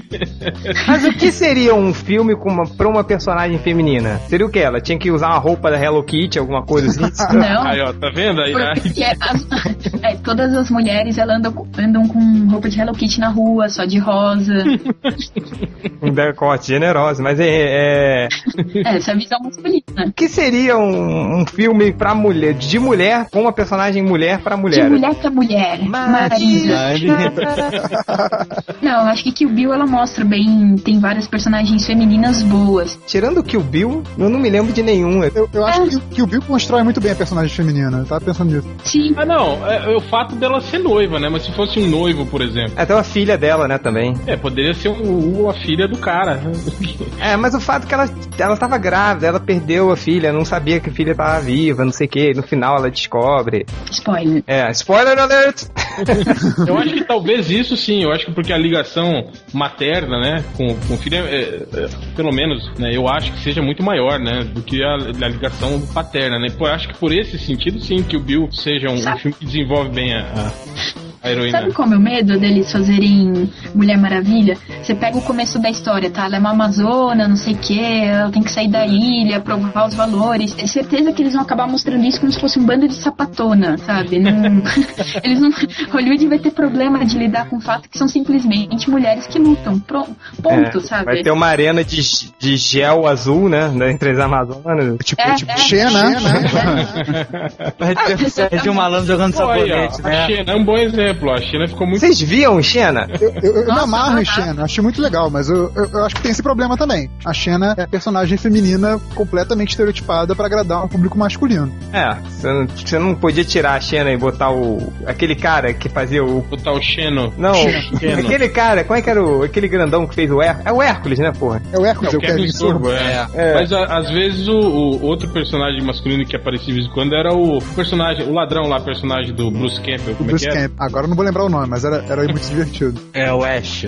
Speaker 1: Mas o que seria um filme com uma, pra uma personagem feminina? Seria o que? Ela tinha que usar uma roupa da Hello Kitty, alguma coisa assim?
Speaker 5: Não.
Speaker 3: Aí, ó, tá vendo? Aí, aí-
Speaker 5: Porque as- é, todas as mulheres elas andam, com- andam com roupa de Hello Kitty na rua, só de rosa.
Speaker 1: Um decote generoso, mas é, é, É.
Speaker 5: É, essa é a visão masculina.
Speaker 1: O que seria um, um filme pra mulher, de mulher, com uma personagem mulher pra mulher?
Speaker 5: De mulher pra mulher. Marisa. Não, eu acho que Kill Bill ela mostra bem, tem várias personagens femininas boas.
Speaker 1: Tirando o Kill Bill, eu não me lembro de nenhum.
Speaker 2: Eu, eu acho que, que o Bill constrói muito bem a personagem feminina. Eu tava pensando nisso.
Speaker 5: Sim.
Speaker 3: Ah, não. É, é o fato dela ser noiva, né? Mas se fosse um noivo, por exemplo.
Speaker 1: Até a filha dela, né, também.
Speaker 3: É, poderia ser um, a filha do cara.
Speaker 1: É, mas o fato que ela, ela tava grávida, ela perdeu a filha, não sabia que a filha tava viva, não sei o que. No final ela descobre.
Speaker 5: Spoiler.
Speaker 1: É, spoiler alert!
Speaker 3: Eu acho que talvez isso sim, eu acho que porque a ligação materna, né, com, com o filho, é, é, pelo menos, né, eu acho que seja muito maior, né, do que a, a ligação paterna, né. Eu acho que por esse sentido, sim, que o Bill seja um, um filme que desenvolve bem a, a, a heroína.
Speaker 5: Sabe qual é o meu medo deles fazerem Mulher Maravilha? Você pega o começo da história, tá? Ela é uma amazona, não sei o que, ela tem que sair da ilha, provar os valores. É certeza que eles vão acabar mostrando isso como se fosse um bando de sapatona, sabe? Não, eles não, Hollywood vai ter problema de lidar com o fato que são simplesmente mulheres que lutam. Pronto, ponto,
Speaker 1: é,
Speaker 5: sabe?
Speaker 1: Vai ter uma arena de, de gel azul, né? Entre as Amazonas.
Speaker 2: Tipo,
Speaker 5: É,
Speaker 2: tipo
Speaker 5: é,
Speaker 2: Xena,
Speaker 5: é,
Speaker 2: né?
Speaker 4: Vai ter Sérgio Malandro jogando
Speaker 3: Pô, aí, ó,
Speaker 4: sabonete, né?
Speaker 3: a Xena é um bom exemplo, a Xena ficou muito...
Speaker 1: Vocês viam Xena?
Speaker 2: Eu, eu, eu me
Speaker 5: Nossa,
Speaker 2: amarro em
Speaker 5: tá.
Speaker 2: Xena, achei muito legal, mas eu, eu, eu acho que tem esse problema também. A Xena é a personagem feminina completamente estereotipada pra agradar um público masculino.
Speaker 1: É, você não, você não podia tirar a Xena e botar o... aquele cara que fazia o...
Speaker 3: Botar o Xeno.
Speaker 1: Não,
Speaker 3: Xeno.
Speaker 1: aquele cara, como é que era o... aquele grandão que fez o Hércules? É o Hércules, né, porra?
Speaker 2: É o Hércules,
Speaker 3: É
Speaker 2: é
Speaker 3: o
Speaker 2: o Kevin Sorbo.
Speaker 3: é.
Speaker 1: É.
Speaker 3: Mas a, às vezes o, o outro personagem masculino que aparecia de vez em quando era o personagem, o ladrão lá, personagem do Bruce Campbell.
Speaker 2: O
Speaker 3: Como
Speaker 2: Bruce
Speaker 3: é que é?
Speaker 2: Camp. Agora eu não vou lembrar o nome, mas era, era muito divertido.
Speaker 4: É o Ash.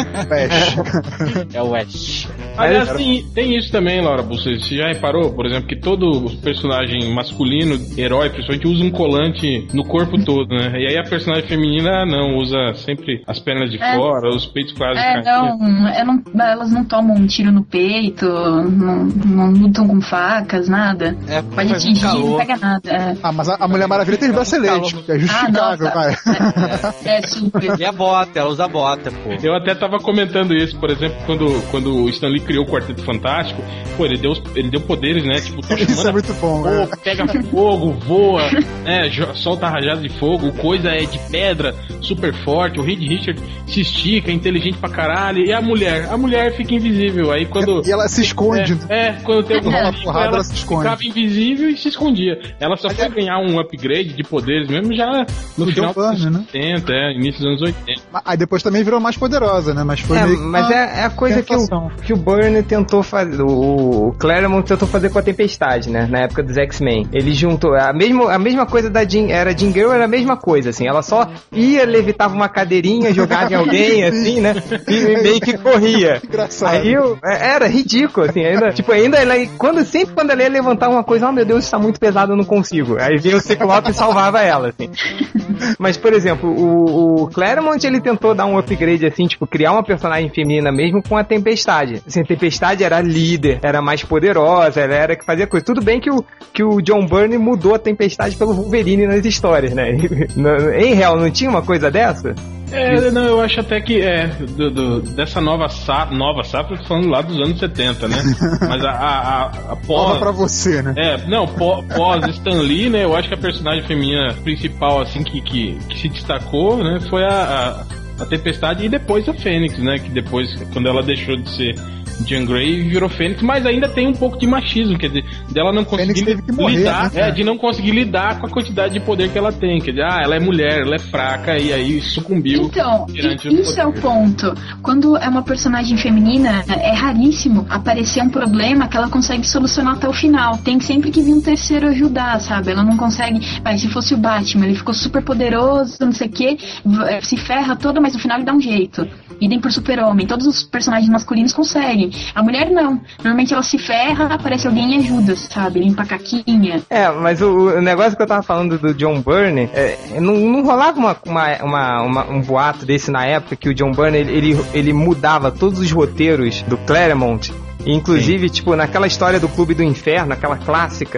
Speaker 2: Ash.
Speaker 4: É o Ash.
Speaker 3: Aliás, tem, tem isso também, Laura Bussa. Você já reparou, por exemplo, que todo personagem masculino, herói, principalmente, usa um colante no corpo todo, né? E aí a personagem feminina não, usa sempre as pernas de
Speaker 5: É.
Speaker 3: fora, os peitos quase
Speaker 5: É,
Speaker 3: caindo.
Speaker 5: não, eu não, elas não tomam um tiro no peito, não, não lutam com facas, nada.
Speaker 4: É,
Speaker 5: Pode
Speaker 4: faz
Speaker 5: atingir,
Speaker 4: muito
Speaker 5: não
Speaker 4: calor.
Speaker 5: pega nada. É.
Speaker 2: Ah, mas a, a Mulher Maravilha tem bracelete, que é
Speaker 5: Ah,
Speaker 2: justificável,
Speaker 5: nossa.
Speaker 2: vai.
Speaker 5: É, é super.
Speaker 4: E a bota, ela usa bota, pô.
Speaker 3: Eu até tava comentando isso, por exemplo, quando, quando o Stan Lee criou o Quarteto Fantástico, pô, ele deu, ele deu poderes, né? Tipo, tô
Speaker 2: Isso é
Speaker 3: chamando
Speaker 2: muito bom,
Speaker 3: fogo,
Speaker 2: né?
Speaker 3: pega fogo, voa, né? jo- Solta rajada de fogo, o coisa é de pedra, super forte, o Reed Richard se estica, é inteligente pra caralho, e a mulher? A mulher fica invisível, aí quando...
Speaker 2: E ela se esconde.
Speaker 3: É, é, quando tem algum
Speaker 2: Rola
Speaker 3: perigo,
Speaker 2: porrada,
Speaker 3: ela
Speaker 2: ela se esconde.
Speaker 3: ficava invisível e se escondia. Ela só foi ganhar um upgrade de poderes mesmo já no
Speaker 2: O
Speaker 3: final
Speaker 2: John
Speaker 3: dos
Speaker 2: Byrne,
Speaker 3: anos
Speaker 2: né?
Speaker 3: setenta, é, início dos anos oitenta.
Speaker 2: Aí depois também virou mais poderosa, né? Mas foi
Speaker 1: É,
Speaker 2: meio que
Speaker 1: mas
Speaker 2: uma
Speaker 1: é, é a coisa que o,
Speaker 2: tentação.
Speaker 1: que o Byrne tentou fazer, o Claremont tentou fazer com a Tempestade, né? Na época dos X-Men. Ele juntou, a mesma, a mesma coisa da Jean, era Jean Grey, era a mesma coisa, assim. Ela só ia, levitava uma cadeirinha, jogava em alguém, assim, né? E, e meio que corria.
Speaker 2: Engraçado.
Speaker 1: Aí eu, é, era ridículo, assim. Ainda, tipo, ainda ela, quando, sempre quando ela ia levantar uma coisa, oh meu Deus, isso tá muito pesado, eu não consigo. Aí vinha o Ciclope e salvava ela, assim. Mas, por exemplo, o, o Claremont, ele tentou dar um upgrade, assim, tipo, criar uma personagem feminina mesmo com a Tempestade. Assim, a Tempestade era líder, era mais poderosa, ela era que fazia coisa. Tudo bem que o, que o John Byrne mudou a Tempestade pelo Wolverine nas histórias, né? No- em real, não tinha uma coisa dessa?
Speaker 3: É, não, eu acho até que é do, do- dessa nova safra, nova safra, eu tô falando lá dos anos setenta, né? Mas a, a, a, a
Speaker 2: Nova
Speaker 3: pós.
Speaker 2: pra você, né?
Speaker 3: É, não, pó- pós Stan Lee, né? Eu acho que a personagem feminina principal, assim, que, que, que se destacou, né? Foi a, a, a Tempestade e depois a Fênix, né? Que depois, quando ela deixou de ser Jean Grey, virou Fênix, mas ainda tem um pouco de machismo, quer dizer, dela não conseguir
Speaker 2: Fênix teve que morrer,
Speaker 3: lidar,
Speaker 2: né?
Speaker 3: é, de não conseguir lidar com a quantidade de poder que ela tem, quer dizer, ah, ela é mulher, ela é fraca, e aí sucumbiu.
Speaker 5: Então,
Speaker 3: perante
Speaker 5: i-
Speaker 3: o
Speaker 5: isso é o
Speaker 3: poder.
Speaker 5: ponto. Quando é uma personagem feminina, é raríssimo aparecer um problema que ela consegue solucionar até o final. Tem sempre que vir um terceiro ajudar, sabe? Ela não consegue. Mas se fosse o Batman, ele ficou super poderoso, não sei o quê, v- se ferra toda, mas no final ele dá um jeito. Idem pro Super-Homem. Todos os personagens masculinos conseguem. A mulher não. Normalmente ela se ferra, aparece alguém e ajuda, sabe? Limpa a caquinha.
Speaker 1: É, mas o, o negócio que eu tava falando do John Byrne, é, não, não rolava uma, uma, uma, uma- um boato desse na época que o John Byrne, ele, ele, ele mudava todos os roteiros do Claremont, inclusive, tipo, naquela história do Clube do Inferno, aquela clássica,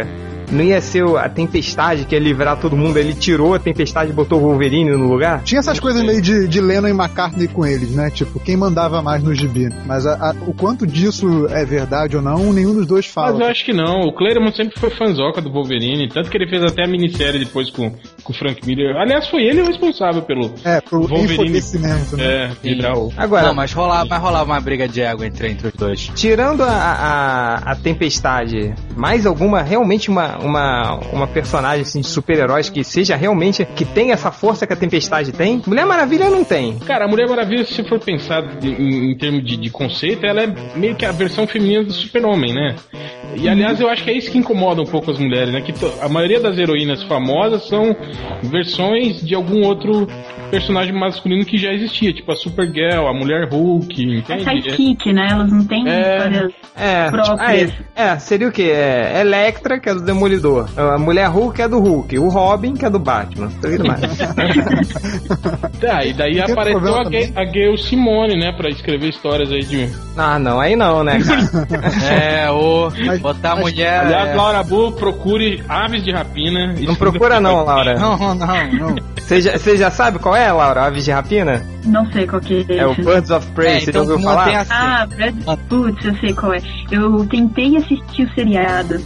Speaker 1: não ia ser a Tempestade que ia livrar todo mundo, ele tirou a Tempestade e botou o Wolverine no lugar?
Speaker 2: Tinha essas coisas meio de, de Lennon e McCartney com eles, né? Tipo, quem mandava mais no gibi. Mas a, a, o quanto disso é verdade ou não, nenhum dos dois fala.
Speaker 3: Mas eu acho que não. O Claremont sempre foi fãzoca do Wolverine, tanto que ele fez até a minissérie depois com, com o Frank Miller. Aliás, foi ele o responsável pelo
Speaker 2: é, pro
Speaker 3: Wolverine.
Speaker 2: Né?
Speaker 3: É, virar o...
Speaker 4: Agora, não, mas rolava, mas rolava uma briga de ego entre, entre os dois.
Speaker 1: Tirando a, a, a Tempestade, mais alguma, realmente uma, uma, uma personagem assim, de super-heróis que seja realmente, que tem essa força que a Tempestade tem? Mulher Maravilha não tem.
Speaker 3: Cara, a Mulher Maravilha, se for pensar em, em termos de, de conceito, ela é meio que a versão feminina do Super-Homem, né? E aliás, eu acho que é isso que incomoda um pouco as mulheres, né? Que to, a maioria das heroínas famosas são versões de algum outro personagem masculino que já existia, tipo a Supergirl, a Mulher Hulk, entende?
Speaker 5: É sidekick, né? Elas não têm
Speaker 3: é,
Speaker 5: histórias
Speaker 1: é,
Speaker 5: próprias.
Speaker 1: É, é, seria o quê? É Electra, que é do Demolidor. A Mulher Hulk é do Hulk. O Robin, que é do Batman. Mais.
Speaker 3: Tá, e daí apareceu a, Ga- a Gayle Simone, né? Pra escrever histórias aí de...
Speaker 1: Ah, não, aí não, né, cara?
Speaker 4: É, o botar a mulher...
Speaker 3: Aliás,
Speaker 4: é...
Speaker 3: Laura Bull, procure Aves de Rapina.
Speaker 1: Não procura não, Laura.
Speaker 4: Não, não, não.
Speaker 1: Você já, você já sabe qual é, Laura? Aves de Rapina?
Speaker 5: Não sei qual que é.
Speaker 1: É o Birds of Prey,
Speaker 4: é,
Speaker 1: você
Speaker 4: então
Speaker 1: já ouviu falar?
Speaker 4: Assim.
Speaker 5: Ah, putz, eu sei qual é. Eu tentei assistir o seriado.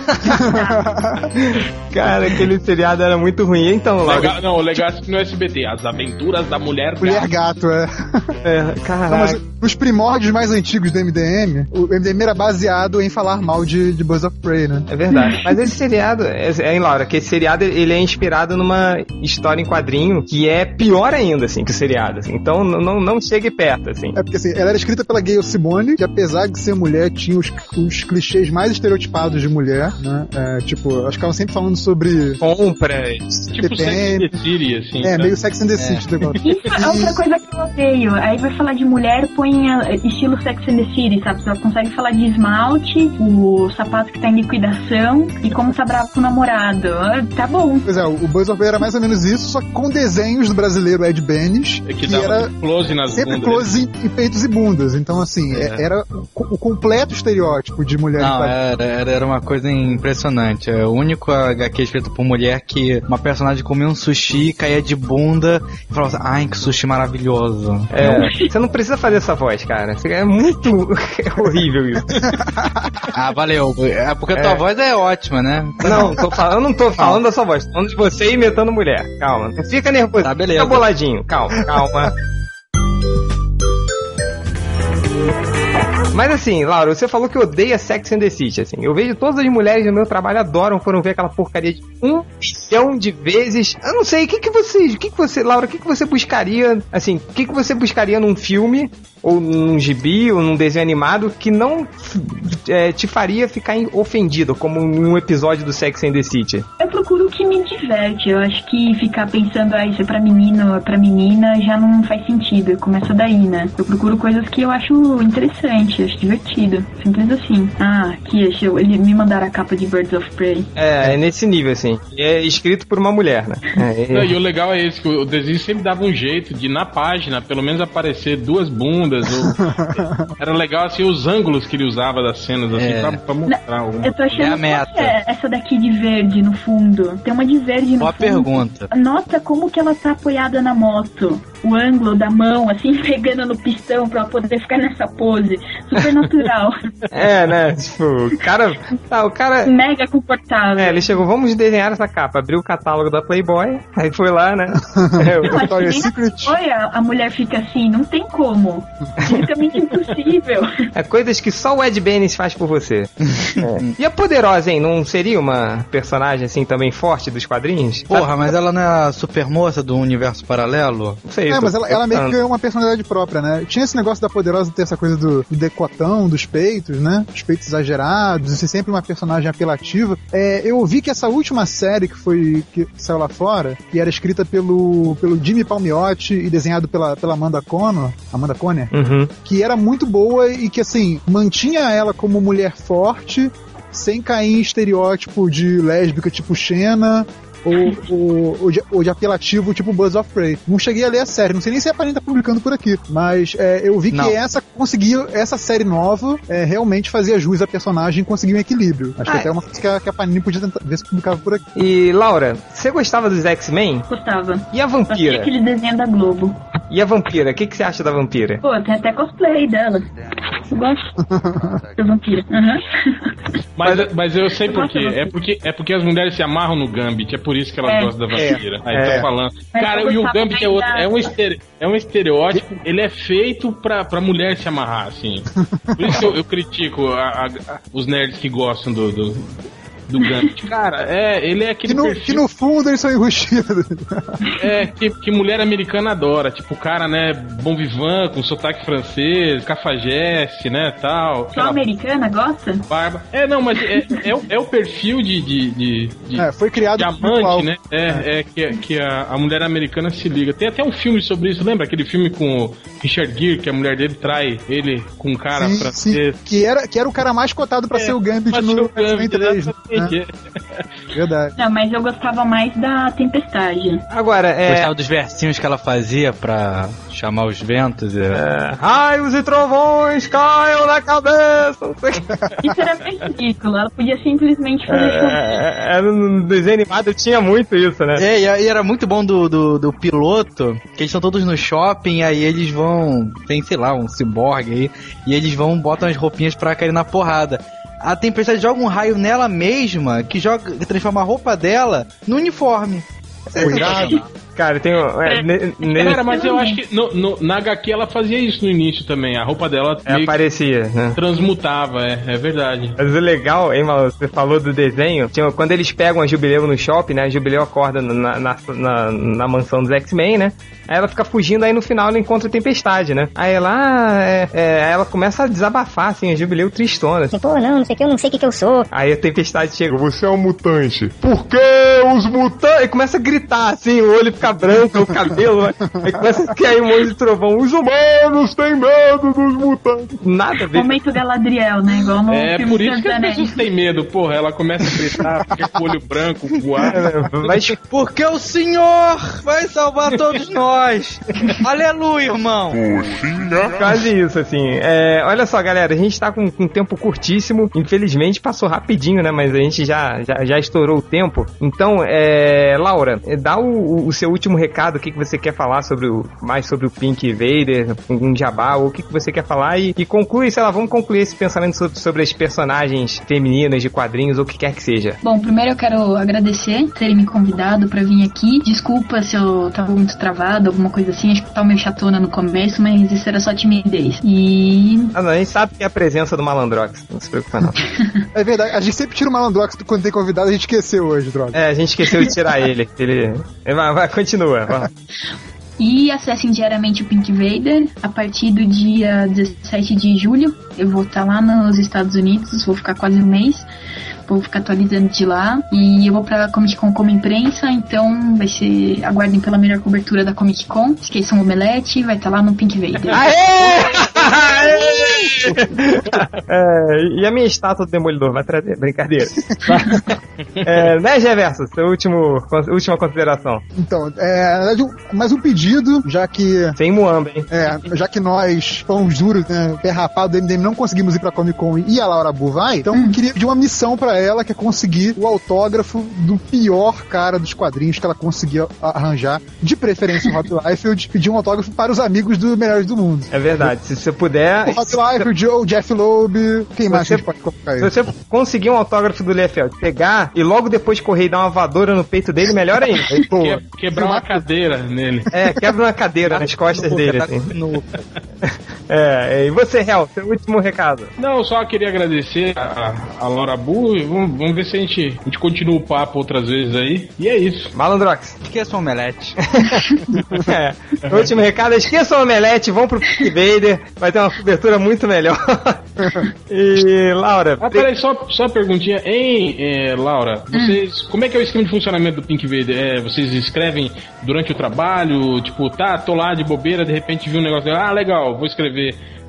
Speaker 1: Cara, aquele seriado era muito ruim. Então, Laura...
Speaker 3: Legal, não, o legal é que no S B T, As Aventuras da Mulher Gato.
Speaker 2: Mulher Gato, é.
Speaker 1: É, caraca.
Speaker 2: Não, mas nos primórdios mais antigos do M D M, o M D M era baseado em falar mal de, de Birds of Prey, né?
Speaker 1: É verdade. Mas esse seriado, é, é, hein, Laura, que esse seriado ele é inspirado numa história em quadrinho que é pior ainda, assim, que o seriado, assim. Então não, não chegue perto, assim.
Speaker 2: É porque, assim, ela era escrita pela Gayle Simone, que apesar de ser mulher, tinha os, os clichês mais estereotipados de mulher, né? É, tipo, elas ficavam sempre falando sobre...
Speaker 1: compras.
Speaker 3: Tipo Sex and the City, assim.
Speaker 2: É,
Speaker 3: tá?
Speaker 2: meio Sex and the City o negócio.
Speaker 5: Isso é outra coisa que eu odeio. Aí vai falar de mulher, põe a, estilo Sex and the City, sabe? Você consegue falar de esmalte, o sapato que tá em liquidação e como tá bravo com o namorado. Tá bom.
Speaker 2: Pois é, o Birds of Prey era mais ou menos isso, só que com desenhos do brasileiro Ed Benes,
Speaker 3: É que,
Speaker 2: que
Speaker 3: dava
Speaker 2: era
Speaker 3: close nas
Speaker 2: sempre
Speaker 3: bundas.
Speaker 2: close em, em peitos e bundas. Então, assim,
Speaker 3: É.
Speaker 2: era o, o completo estereótipo de mulher.
Speaker 4: Não, era, era, era uma coisa impressionante. É o único H Q escrito por mulher que uma personagem comia um sushi, caía de bunda e falava assim, ai, que sushi maravilhoso.
Speaker 1: É, você não precisa fazer essa voz, cara. É muito horrível isso.
Speaker 4: Ah, valeu. É porque a tua
Speaker 1: É.
Speaker 4: voz é ótima, né?
Speaker 1: Não, tô falando, eu não tô falando da sua voz, tô falando de você imitando mulher. Calma, não fica nervoso.
Speaker 4: Tá, beleza.
Speaker 1: Fica boladinho, calma, calma. Mas assim, Laura, você falou que odeia Sex and the City, assim. Eu vejo todas as mulheres do meu trabalho adoram, foram ver aquela porcaria de um milhão de vezes. Eu não sei, o que que você, o que que você, Laura, o que que você buscaria, assim, o que que você buscaria num filme, ou num gibi, ou num desenho animado, que não é, te faria ficar ofendido, como num episódio do Sex and the City?
Speaker 5: Eu procuro o que me diverte. Eu acho que ficar pensando, ah, isso é pra menino, é pra menina, já não faz sentido. Começa daí, né? Eu procuro coisas que eu acho interessante, acho divertido. Simples assim. Ah, aqui, ele me mandaram a capa de Birds of Prey.
Speaker 1: É, é nesse nível, assim. E é escrito por uma mulher, né? É,
Speaker 3: Não, e o legal é esse, que o desenho sempre dava um jeito de, na página, pelo menos aparecer duas bundas. Ou... Era legal, assim, os ângulos que ele usava das cenas, assim,
Speaker 4: É.
Speaker 3: pra, pra mostrar. Algum...
Speaker 5: Eu tô achando
Speaker 4: É a
Speaker 5: que
Speaker 4: meta.
Speaker 5: é essa daqui de verde no fundo. Tem uma de verde no
Speaker 4: Boa
Speaker 5: fundo.
Speaker 4: pergunta.
Speaker 5: Nota como que ela tá apoiada na moto. O ângulo da mão, assim, pegando no pistão pra poder ficar nessa pose. Super natural.
Speaker 1: é, né? Tipo, o cara. Tá, o cara.
Speaker 5: Mega confortável.
Speaker 1: É, ele chegou, vamos desenhar essa capa. Abriu o catálogo da Playboy, aí foi lá, né? É,
Speaker 5: Não, acho que
Speaker 2: Victoria's
Speaker 5: nem
Speaker 2: Secret.
Speaker 5: na Playboy a, a mulher fica assim, não tem como. Fisicamente impossível.
Speaker 1: é coisas que só o Ed Benes faz por você. É. E a Poderosa, hein? Não seria uma personagem assim também forte dos quadrinhos?
Speaker 4: Porra, mas ela não é a super moça do universo paralelo?
Speaker 1: Não sei.
Speaker 2: É,
Speaker 1: tô
Speaker 2: mas ela, ela meio que
Speaker 1: pensando.
Speaker 2: ganhou uma personalidade própria, né? Tinha esse negócio da Poderosa ter essa coisa do, do decotão, dos peitos, né? Os peitos exagerados, e ser sempre uma personagem apelativa. É, eu ouvi que essa última série que foi que saiu lá fora, que era escrita pelo, pelo Jimmy Palmiotti e desenhado pela, pela Amanda Conner, Amanda Conner,
Speaker 1: Uhum.
Speaker 2: que era muito boa e que, assim, mantinha ela como mulher forte, sem cair em estereótipo de lésbica tipo Xena, ou, ou, ou, de, ou de apelativo tipo Birds of Prey. Não cheguei a ler a série, não sei nem se a Panini tá publicando por aqui, mas é, eu vi que não. essa conseguiu, essa série nova é, realmente fazia jus à personagem e conseguiu um equilíbrio. Acho ah, que até é uma coisa que a, que a Panini podia tentar ver se publicava por aqui.
Speaker 1: E Laura, você gostava dos X-Men?
Speaker 5: Gostava.
Speaker 1: E a Vampira?
Speaker 5: Eu aquele desenho da Globo.
Speaker 1: E a Vampira? O que, que você acha da Vampira?
Speaker 5: Pô, tem até cosplay dela. Eu gosto da Vampira. Uhum.
Speaker 3: Mas, mas eu sei por quê. É porque, é porque as mulheres se amarram no Gambit. É por isso que elas é. gostam da Vampira. É. Aí é. tô falando. Mas cara, e o Gambit é outro. É um, estere, é um estereótipo. Ele é feito pra, pra mulher se amarrar, assim. Por isso que eu, eu critico a, a, a, os nerds que gostam do... do... do Gambit. Cara, é, ele é aquele
Speaker 2: que no,
Speaker 3: perfil...
Speaker 2: que no fundo eles são enrustidos.
Speaker 3: É, que, que mulher americana adora. Tipo, o cara, né, bon vivant, com sotaque francês, cafajeste, né, tal.
Speaker 5: Só americana gosta?
Speaker 3: Barba. É, não, mas é, é, é, é o perfil de... de, de, de
Speaker 2: é, foi criado
Speaker 3: de amante, né? É, é. é que, que a, a mulher americana se liga. Tem até um filme sobre isso, lembra? Aquele filme com o Richard Gere, que a mulher dele trai ele com um cara
Speaker 2: sim,
Speaker 3: francês.
Speaker 2: Sim. Que, era, que era o cara mais cotado pra é, ser o Gambit no X-Men três. Né?
Speaker 5: Verdade. Não, mas eu gostava mais da Tempestade.
Speaker 1: Agora, é...
Speaker 4: Gostava dos versinhos que ela fazia pra chamar os ventos. É...
Speaker 1: É... Raios e trovões caiam na cabeça.
Speaker 5: Isso era bem ridículo. Ela podia simplesmente fazer
Speaker 1: é, é, no desenho animado tinha muito isso, né?
Speaker 4: É, e era muito bom do, do, do piloto, que eles estão todos no shopping, aí eles vão... Tem, sei lá, um ciborgue aí, e eles vão, botam as roupinhas pra cair na porrada. A Tempestade joga um raio nela mesma, que joga, que transforma a roupa dela no uniforme.
Speaker 1: Cuidado. Cara, tem um, é, ne, ne,
Speaker 3: Cara, mas eu acho que no, no, na agá quê ela fazia isso no início também. A roupa dela
Speaker 1: é, aparecia, né?
Speaker 3: Transmutava, é, é verdade.
Speaker 1: Mas o legal, hein, Malu, você falou do desenho. Tinha, quando eles pegam a Jubileu no shopping, né? A Jubileu acorda na, na, na, na mansão dos X-Men, né? Aí ela fica fugindo, aí no final ela encontra a Tempestade, né? Aí ela, ah, é, é, ela começa a desabafar, assim, a Jubileu tristona. Assim.
Speaker 7: Pô, não, não sei o que, eu não sei o que, que eu sou.
Speaker 1: Aí a Tempestade chega, você é um mutante. Por que os mutantes? Aí começa a gritar, assim, o olho fica branco, o cabelo, né? Aí começa a cair um monte de trovão. Os humanos têm medo dos mutantes. Nada a ver.
Speaker 5: Momento Galadriel, né? Igual no
Speaker 3: é, por isso que as pessoas têm medo, porra. Ela começa a gritar, fica com o olho branco, voar.
Speaker 4: Mas porque o Senhor vai salvar todos nós. Aleluia, irmão.
Speaker 1: Poxinha. Quase isso, assim. É, olha só, galera, a gente tá com, com um tempo curtíssimo. Infelizmente passou rapidinho, né? Mas a gente já, já, já estourou o tempo. Então, é, Laura, dá o, o seu último recado. O que, que você quer falar sobre o, mais sobre o Pink Vader, um jabá, ou o que, que você quer falar e, e conclui, sei lá, vamos concluir esse pensamento sobre, sobre as personagens femininas de quadrinhos ou o que quer que seja.
Speaker 5: Bom, primeiro eu quero agradecer por terem me convidado pra vir aqui. Desculpa se eu tava muito travado, alguma coisa assim, acho que tava meio chatona no começo, mas isso era só timidez. E...
Speaker 1: Ah, não, a gente sabe que é a presença do Malandrox, não se preocupa não.
Speaker 2: É verdade, a gente sempre tira o Malandrox quando tem convidado, a gente esqueceu hoje, droga.
Speaker 1: É, a gente esqueceu de tirar ele. Ele... Vai, vai, continua, vai.
Speaker 5: E acessem diariamente o Pink Vader a partir do dia dezessete de julho. Eu vou estar lá nos Estados Unidos, vou ficar quase um mês. Vou ficar atualizando de lá. E eu vou pra Comic Con como imprensa, então vai ser... Aguardem pela melhor cobertura da Comic Con. Esqueçam o Omelete, vai estar lá no Pink Vader.
Speaker 1: Aê! é, e a minha estátua do Demolidor vai trazer, brincadeira. é, né, Geverso? Seu último, última consideração.
Speaker 2: Então, é, na verdade, mais um pedido, já que...
Speaker 1: Sem Muamba, hein?
Speaker 2: É, já que nós, pãos duros, né, pé rapado do M D M, não conseguimos ir pra Comic Con e a Laura Bu vai, então hum. eu queria pedir uma missão pra ela, que é conseguir o autógrafo do pior cara dos quadrinhos que ela conseguia arranjar, de preferência o Rob Liefeld, pedir um autógrafo para os amigos do Melhores do Mundo.
Speaker 1: É verdade, se você puder...
Speaker 2: O Rob Liefeld, o Jeff Loeb, quem mais você, a gente pode colocar aí?
Speaker 1: Se você conseguir um autógrafo do Liefeld, pegar e logo depois correr e dar uma voadora no peito dele, melhor ainda. Aí, pô,
Speaker 3: que, quebrar uma cadeira nele.
Speaker 1: É, quebra uma cadeira nas costas dele, assim. É, e você, Hel, seu último recado?
Speaker 3: Não, só queria agradecer a, a Laura Bu e vamos, vamos ver se a gente, a gente continua o papo outras vezes aí. E é isso.
Speaker 1: Malandrox.
Speaker 4: Esqueça o Omelete.
Speaker 1: é, o último recado é esqueça o Omelete, vão pro Pink Vader, vai ter uma cobertura muito melhor. E, Laura...
Speaker 3: Ah, peraí, só, só uma perguntinha. Hein, é, Laura, vocês... Hum. Como é que é o esquema de funcionamento do Pink Vader? É, vocês escrevem durante o trabalho? Tipo, tá, tô lá de bobeira, de repente vi um negócio... Ah, legal, vou escrever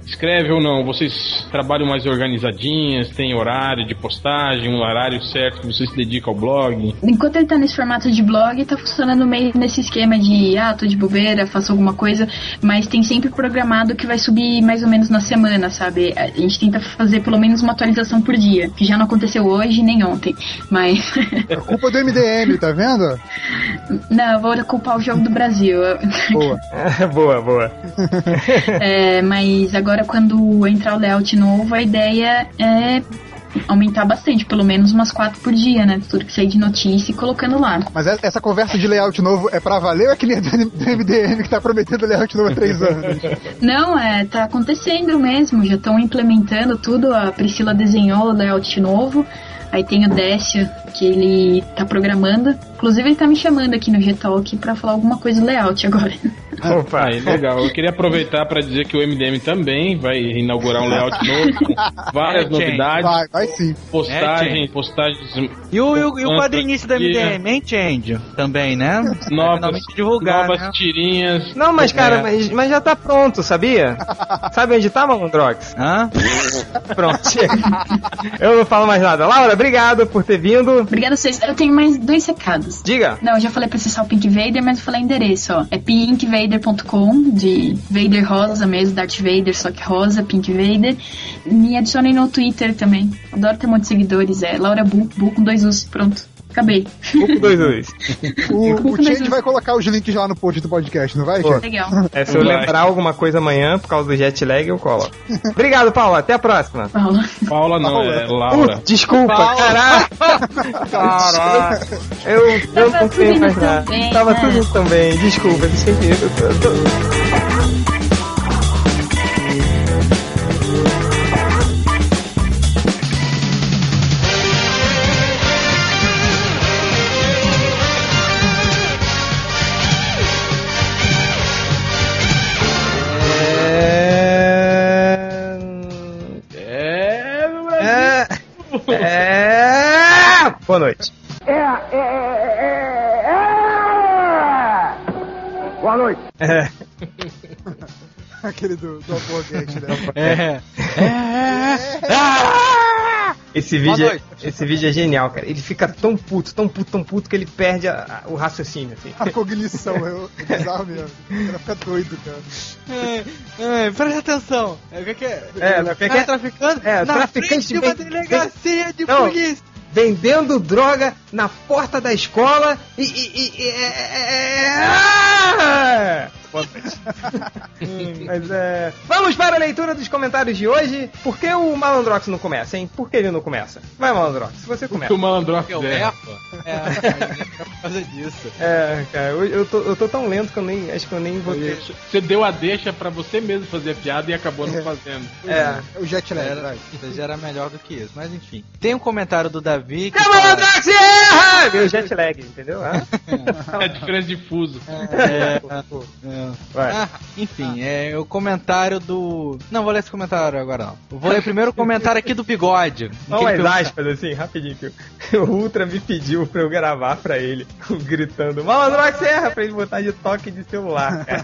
Speaker 3: escreve ou não? Vocês trabalham mais organizadinhas, tem horário de postagem, um horário certo que você se dedica ao blog?
Speaker 5: Enquanto ele tá nesse formato de blog, tá funcionando meio nesse esquema de, ah, tô de bobeira, faço alguma coisa, mas tem sempre programado que vai subir mais ou menos na semana, sabe? A gente tenta fazer pelo menos uma atualização por dia, que já não aconteceu hoje nem ontem, mas...
Speaker 2: É culpa do M D M, tá vendo?
Speaker 5: Não, eu vou culpar o Jogo do Brasil.
Speaker 2: Boa.
Speaker 1: boa, boa.
Speaker 5: É, mas agora quando entrar o layout novo, a ideia é aumentar bastante, pelo menos umas quatro por dia, né? Tudo que sair de notícia e colocando lá.
Speaker 2: Mas essa conversa de layout novo é pra valer ou é que nem do M D M que tá prometendo layout novo há três anos?
Speaker 5: Não, é, tá acontecendo mesmo, já estão implementando tudo, a Priscila desenhou o layout novo, aí tem o Décio, que ele tá programando, inclusive ele tá me chamando aqui no G-Talk pra falar alguma coisa do layout agora.
Speaker 3: Opa, aí, legal. Eu queria aproveitar para dizer que o M D M também vai inaugurar um layout novo com várias
Speaker 4: É,
Speaker 3: novidades.
Speaker 2: Vai, vai sim.
Speaker 3: Postagem,
Speaker 4: É,
Speaker 3: postagens.
Speaker 4: E o, e o, e o quadrinista da M D
Speaker 3: dia,
Speaker 4: M, hein, Change? Também, né?
Speaker 3: Novas,
Speaker 4: Finalmente divulgar,
Speaker 3: novas
Speaker 4: né?
Speaker 3: tirinhas.
Speaker 1: Não, mas cara,
Speaker 3: É.
Speaker 1: mas, mas já tá pronto, sabia? Sabe onde tá, Malandrox?
Speaker 4: Hã?
Speaker 1: Pronto, chega. Eu não falo mais nada. Laura, obrigado por ter vindo.
Speaker 5: Obrigada a vocês. Eu tenho mais dois recados.
Speaker 1: Diga.
Speaker 5: Não, eu já falei pra acessar o Pink Vader, mas eu falei o endereço, ó. É pink vader ponto com, de Vader rosa mesmo, Darth Vader, só que rosa, Pink Vader. Me adicionem no Twitter também. Adoro ter um monte de seguidores. É Laura Bu, Bu com dois U's. Pronto. Acabei.
Speaker 1: Um, dois, dois.
Speaker 2: O, o Change vai colocar os links lá no post do podcast, não vai, Change?
Speaker 5: Legal.
Speaker 1: É, se eu
Speaker 3: Vai.
Speaker 1: lembrar alguma coisa amanhã, por causa do jet lag, eu colo. Obrigado, Paula. Até a próxima.
Speaker 5: Paula.
Speaker 3: Paula não,
Speaker 2: Paula.
Speaker 3: é Laura.
Speaker 1: Uh, desculpa, caraca.
Speaker 3: Caraca.
Speaker 1: Eu, eu
Speaker 5: Tava
Speaker 1: não sei
Speaker 5: tudo
Speaker 1: mais
Speaker 5: indo
Speaker 1: nada.
Speaker 5: tão bem,
Speaker 1: Tava
Speaker 5: né?
Speaker 1: tudo indo tão bem. Desculpa, eu sei que eu tô- eu tô...
Speaker 3: É, meu Brasil.
Speaker 1: É... é... Boa noite.
Speaker 6: Boa noite.
Speaker 1: É...
Speaker 2: Aquele do, do Alborguete, né?
Speaker 4: É.
Speaker 1: Esse
Speaker 4: Boa
Speaker 1: vídeo, é,
Speaker 4: noite.
Speaker 1: esse vídeo é genial, cara. Ele fica tão puto, tão puto, tão puto que ele perde a- a- o raciocínio, assim.
Speaker 2: A cognição, é, é bizarro mesmo. O cara fica doido, cara.
Speaker 4: É, é, presta atenção. É, o que que é?
Speaker 1: É, não, o que que
Speaker 4: Tá
Speaker 1: é?
Speaker 4: traficando?
Speaker 1: É,
Speaker 4: na
Speaker 1: traficante
Speaker 4: frente de uma
Speaker 1: vem-
Speaker 4: delegacia de
Speaker 1: Não.
Speaker 4: polícia.
Speaker 1: Vendendo droga na porta da escola e... e, e, e é, é, é, ah! Boa noite. Hum, Mas é... Vamos para a leitura dos comentários de hoje. Por que o Malandrox não começa, hein? Por que ele não começa? Vai, Malandrox, você
Speaker 3: Que
Speaker 1: começa.
Speaker 3: o Malandrox
Speaker 4: Que eu
Speaker 3: é.
Speaker 4: erro? É, é por causa disso.
Speaker 1: É, cara, eu, eu, tô, eu tô tão lento que eu nem... Acho que eu nem vou ter...
Speaker 3: Você deu a deixa pra você mesmo fazer a piada e acabou não fazendo.
Speaker 1: É.
Speaker 2: É o jet lag,
Speaker 4: Era,
Speaker 2: vai.
Speaker 4: já era melhor do que isso, mas enfim. Tem um comentário do Davi que
Speaker 1: Que
Speaker 4: fala-
Speaker 1: Malandrox erra! Meu jet lag, entendeu? Ah,
Speaker 3: É a diferença de fuso.
Speaker 4: É, é.
Speaker 1: vai.
Speaker 4: Ah, enfim, é o comentário do... Não, vou ler esse comentário agora não. Eu vou ler primeiro o comentário aqui do Bigode.
Speaker 1: Só
Speaker 4: Que ele
Speaker 1: umas
Speaker 4: pergunta-
Speaker 1: aspas assim, rapidinho, que o o Ultra me pediu pra eu gravar pra ele, gritando, Malandrox Serra, pra ele botar de toque de celular, cara.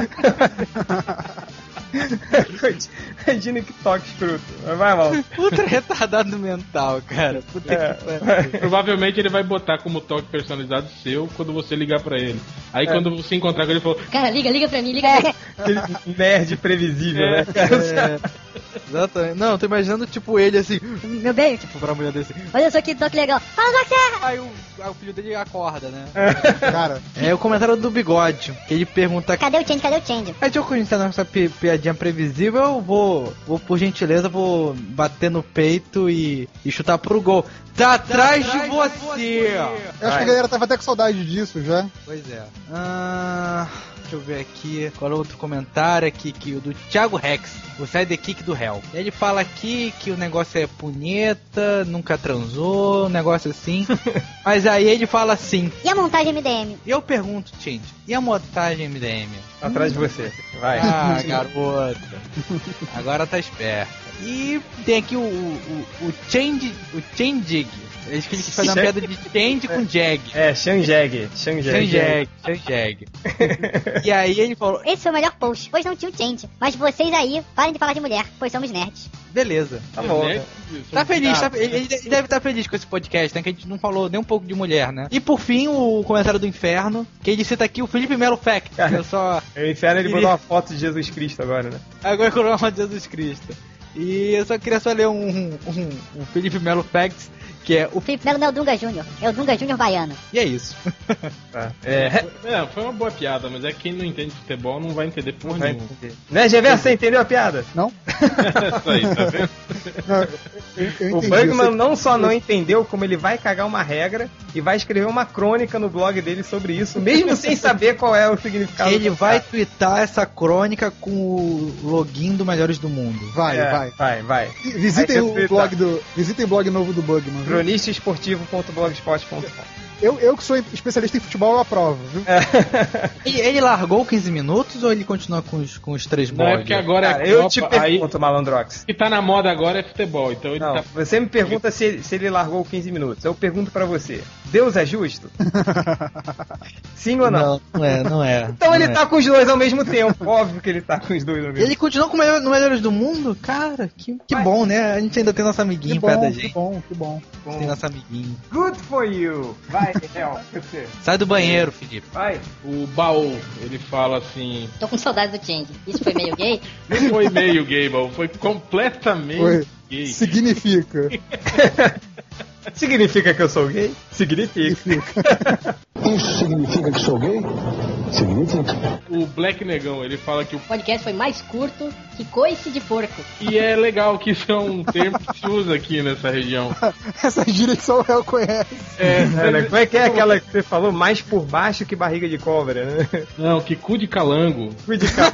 Speaker 1: Imagina que toque escroto. Mas vai, Malandro.
Speaker 4: Puta retardado mental, cara. Puta
Speaker 1: É,
Speaker 4: que pariu.
Speaker 1: vai.
Speaker 3: Provavelmente ele vai botar como toque personalizado seu quando você ligar pra ele. Aí
Speaker 1: É.
Speaker 3: quando você encontrar com ele, ele falou:
Speaker 7: Cara, liga, liga pra mim, liga pra mim.
Speaker 1: Aquele nerd previsível, né?
Speaker 4: É, exatamente. Não, tô imaginando tipo ele assim,
Speaker 7: Meu bem,
Speaker 4: tipo pra mulher desse.
Speaker 7: olha só que toque legal. Fala, Zac Serra!
Speaker 4: Aí o, aí o filho dele acorda, né?
Speaker 2: Cara,
Speaker 4: É o comentário do Bigode, que ele pergunta:
Speaker 7: Cadê o change, cadê o change?
Speaker 4: Aí, já que a gente tá nessa pi- piadinha previsível, eu vou, vou, por gentileza, vou bater no peito e, e chutar pro gol. Tá atrás de você!
Speaker 2: eu acho que
Speaker 1: Vai.
Speaker 2: a galera tava até com saudade disso já.
Speaker 4: Pois é. Ah, deixa eu ver aqui. Qual é o outro comentário aqui? Que o do Thiago Rex, o sidekick do Hell. Ele fala aqui que o negócio é punheta, nunca transou, um negócio assim. Mas aí ele fala assim.
Speaker 7: E a montagem M D M?
Speaker 4: E eu pergunto, gente, e a montagem M D M?
Speaker 1: Atrás de você. Vai.
Speaker 4: Ah, garota. Agora tá esperto. E tem aqui o, o, o Change, o Chandig, Eles queriam fazer uma piada de Change com Jag.
Speaker 1: É, Xanjag. Xanjag.
Speaker 4: Xanjag, Xanjag. E aí ele falou,
Speaker 7: Esse foi o melhor post, pois não tinha o change. Mas vocês aí, parem de falar de mulher, pois somos nerds.
Speaker 4: beleza.
Speaker 1: Tá bom.
Speaker 3: Né?
Speaker 4: Tá feliz, tá, ele, ele deve estar feliz com esse podcast, né? Que a gente não falou nem um pouco de mulher, né? E por fim, o comentário do inferno, que ele cita aqui o Felipe Melo Fact.
Speaker 1: Cara,
Speaker 4: eu só...
Speaker 1: O inferno ele botou uma foto de Jesus Cristo agora, né?
Speaker 4: Agora colocou uma de Jesus Cristo. E eu só queria só ler um, um, um, um Felipe Melo Facts, que é o...
Speaker 7: O Felipe Melo não é o Dunga Júnior, é o Dunga Júnior baiano.
Speaker 4: E é isso.
Speaker 1: Tá. É.
Speaker 3: É, foi uma boa piada, mas é que quem não entende futebol não vai entender porra
Speaker 1: Vai
Speaker 3: nenhuma.
Speaker 1: entender. Né, Geverso, você entendeu a piada?
Speaker 2: Não?
Speaker 3: Isso aí, tá vendo?
Speaker 2: Não, eu, eu
Speaker 1: O
Speaker 2: entendi,
Speaker 1: Bugman
Speaker 2: eu sei-
Speaker 1: não só não entendeu, como ele vai cagar uma regra e vai escrever uma crônica no blog dele sobre isso, mesmo sem saber qual é o significado
Speaker 4: Ele
Speaker 1: do
Speaker 4: vai
Speaker 1: cara.
Speaker 4: twittar essa crônica com o login do Melhores do Mundo.
Speaker 2: Vai,
Speaker 1: É,
Speaker 2: vai.
Speaker 1: Vai, vai.
Speaker 2: Visitem
Speaker 1: Vai
Speaker 2: o
Speaker 1: retweetar.
Speaker 2: blog do. Visitem o blog novo do Bugman. viu?
Speaker 1: cronista esportivo ponto blogspot ponto com.
Speaker 2: Eu, eu que sou especialista em futebol, eu aprovo, viu?
Speaker 4: Ele, ele largou quinze minutos ou ele continua com os, com os três
Speaker 3: Não,
Speaker 4: blogs?
Speaker 3: é porque agora
Speaker 1: Cara,
Speaker 3: é
Speaker 1: eu
Speaker 3: Copa,
Speaker 1: te
Speaker 3: aí
Speaker 1: pergunto, Malandrox.
Speaker 3: o que tá na moda agora é futebol, então ele
Speaker 1: Não,
Speaker 3: tá...
Speaker 1: você me pergunta se ele, se ele largou quinze minutos. Eu pergunto pra você: Deus é justo? Sim ou não?
Speaker 4: Não, não é, não é.
Speaker 1: Então
Speaker 4: não
Speaker 1: ele
Speaker 4: é.
Speaker 1: tá com os dois ao mesmo tempo. Óbvio que ele tá com os dois ao mesmo
Speaker 4: Ele continua com o melhor, no Melhores do Mundo? Cara, que, que bom, né? A gente ainda tem nosso
Speaker 2: Que
Speaker 4: amiguinho perto da
Speaker 2: bom, que
Speaker 4: gente.
Speaker 2: bom, que bom.
Speaker 4: Tem nosso amiguinho.
Speaker 1: Good for you. Vai, Hel, você.
Speaker 4: Sai do banheiro, Felipe.
Speaker 1: Vai.
Speaker 3: O Baú, ele fala assim...
Speaker 7: Tô com saudade do change. Isso foi meio gay?
Speaker 3: Não foi meio gay, Baú, foi completamente
Speaker 2: Foi.
Speaker 3: gay.
Speaker 2: Significa.
Speaker 1: Significa que eu sou gay? Significa.
Speaker 8: Isso significa que sou gay? Significa.
Speaker 3: O Black Negão, ele fala que o...
Speaker 7: O podcast foi mais curto que coice de porco.
Speaker 3: E é legal que isso é um termo que se usa aqui nessa região.
Speaker 2: Essa gíria que só o réu conhece.
Speaker 3: É,
Speaker 1: É, né? Como é que é aquela que você falou? Mais por baixo que barriga de cobra, né?
Speaker 3: Não, que cu de calango.
Speaker 1: Fui de cá.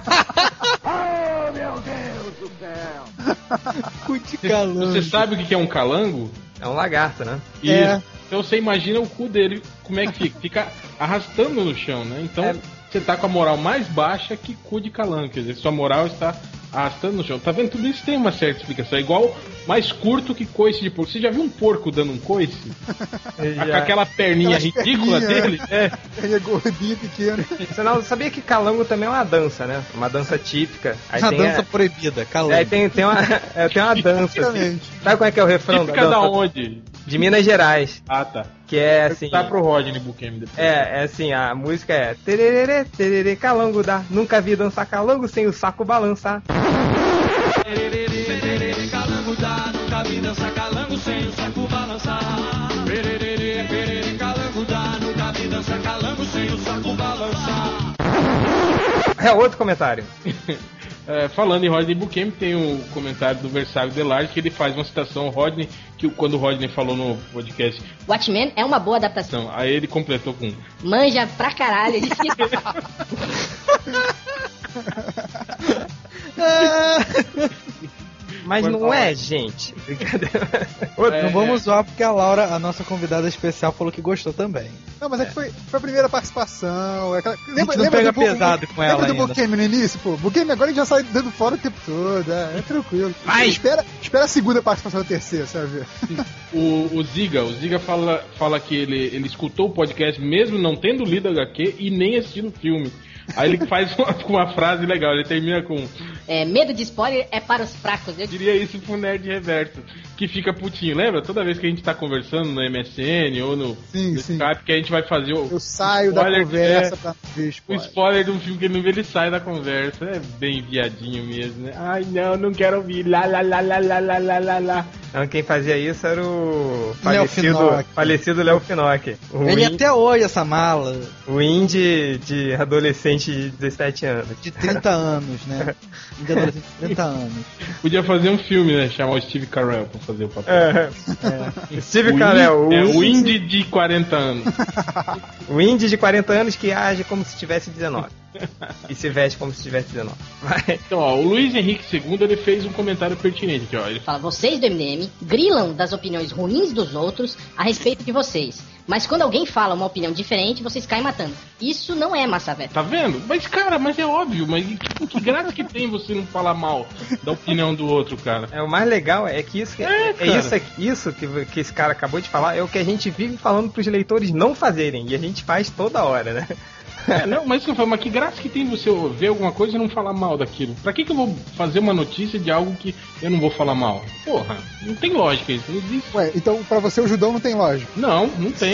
Speaker 4: Cu de calango.
Speaker 3: Você sabe o que é um calango?
Speaker 1: É um lagarto, né?
Speaker 3: Isso.
Speaker 2: É.
Speaker 3: Então você imagina o cu dele, como é que fica? Fica arrastando no chão, né? Então
Speaker 1: É.
Speaker 3: você tá com a moral mais baixa que cu de calango. Quer dizer, sua moral está arrastando no chão. Tá vendo? Tudo isso tem uma certa explicação. É igual mais curto que coice de porco. Você já viu um porco dando um coice? Com aquela perninha
Speaker 2: Aquelas
Speaker 3: ridícula
Speaker 2: perninhas,
Speaker 3: dele? É.
Speaker 2: Ele é gordinho, pequeno.
Speaker 1: Você não sabia que calango também é uma dança, né? Uma dança típica. Aí
Speaker 4: A
Speaker 1: tem
Speaker 4: dança
Speaker 1: a-
Speaker 4: proibida, calango.
Speaker 1: Aí tem, tem, uma, é, tem uma dança. Assim.
Speaker 2: Exatamente.
Speaker 1: Sabe como é que é o refrão da
Speaker 3: Típica da
Speaker 1: dança?
Speaker 3: onde?
Speaker 1: De Minas Gerais.
Speaker 3: Ah, tá.
Speaker 1: Que é assim.
Speaker 3: Tá pro Rodney Buchanan depois.
Speaker 1: É, é assim, a música é tererê, tererê, calango dá. Nunca vi dançar calango sem o saco balançar.
Speaker 9: Calango dá, nunca vi dançar calango sem o saco balançar. Calango dá, nunca vi dançar calango sem o saco balançar.
Speaker 1: É outro comentário.
Speaker 3: É, falando em Rodney Buchanan, tem o comentário do Versário Delarge que ele faz uma citação ao Rodney, que quando o Rodney falou no podcast,
Speaker 7: Watchmen é uma boa adaptação.
Speaker 3: então, aí ele completou com
Speaker 7: Manja pra caralho. Ele disse que...
Speaker 1: Mas
Speaker 3: Foi
Speaker 1: não
Speaker 3: mal.
Speaker 1: é, gente. Brincadeira.
Speaker 3: É,
Speaker 4: Não vamos zoar porque a Laura, a nossa convidada especial, falou que gostou também.
Speaker 2: Não, mas é que foi, foi a primeira participação. É aquela... Lembra,
Speaker 4: não
Speaker 2: lembra
Speaker 4: pega
Speaker 2: do Bu-
Speaker 4: pesado com ela
Speaker 2: Lembra do
Speaker 4: ainda.
Speaker 2: Buchanan no início, pô? Buchanan agora ele já sai dando fora o tempo todo. É, é tranquilo.
Speaker 1: Vai.
Speaker 2: Espera, espera a segunda participação da terceira, você vai ver.
Speaker 3: o, o Ziga. O Ziga fala, fala que ele, ele escutou o podcast mesmo não tendo lido H Q e nem assistido o filme. Aí ele faz uma, uma frase legal, ele termina com
Speaker 7: É, medo de spoiler é para os fracos. Eu
Speaker 3: diria isso pro Nerd Reverso, que fica putinho. Lembra? Toda vez que a gente tá conversando no M S N ou no,
Speaker 2: Sim,
Speaker 3: no
Speaker 2: sim.
Speaker 3: Skype, que a gente vai fazer o,
Speaker 2: Eu saio da
Speaker 3: spoiler,
Speaker 2: conversa
Speaker 3: é,
Speaker 2: pra ver
Speaker 3: o
Speaker 2: spoiler.
Speaker 3: spoiler de um filme que ele não vê, ele sai da conversa. É bem viadinho mesmo, né? Ai, não, não quero ouvir. Lá, lá, lá, lá, lá, lá, lá, lá, lá.
Speaker 1: Então, quem fazia isso era o
Speaker 4: Léo
Speaker 1: falecido,
Speaker 4: Finocchi.
Speaker 1: falecido Léo Finocchi. O
Speaker 4: Ele
Speaker 1: Win-
Speaker 4: até hoje, essa mala,
Speaker 1: o indie de adolescente de dezessete anos.
Speaker 4: de trinta anos, né? De adolescente de trinta anos.
Speaker 3: Podia fazer um filme, né? Chamar o Steve Carell pra fazer o papel.
Speaker 1: É. Steve
Speaker 3: O
Speaker 1: Carell,
Speaker 3: Indy- é, o
Speaker 1: indie-
Speaker 3: indie de quarenta anos.
Speaker 1: O indie de quarenta anos que age como se tivesse dezenove. E se veste como se tivesse dezenove. Vai.
Speaker 3: Então, ó, o Luiz Henrique segundo ele fez um comentário pertinente aqui, ó. Ele
Speaker 7: Fala, vocês do M D M grilam das opiniões ruins dos outros a respeito de vocês.
Speaker 10: Mas quando alguém fala uma opinião diferente, vocês caem matando. Isso não é massa velha.
Speaker 3: Tá vendo? Mas, cara, mas é óbvio, mas que, que graça que tem você não falar mal da opinião do outro, cara?
Speaker 1: É, o mais legal é que isso, que, é, é isso, isso que, que esse cara acabou de falar é o que a gente vive falando pros leitores não fazerem, e a gente faz toda hora, né?
Speaker 3: É, não, mas que eu falo, mas que graça que tem você ver alguma coisa e não falar mal daquilo? Pra que que eu vou fazer uma notícia de algo que eu não vou falar mal? Porra, não tem lógica isso, não existe.
Speaker 2: Ué, então pra você o Judão não tem lógica?
Speaker 3: Não, não tem.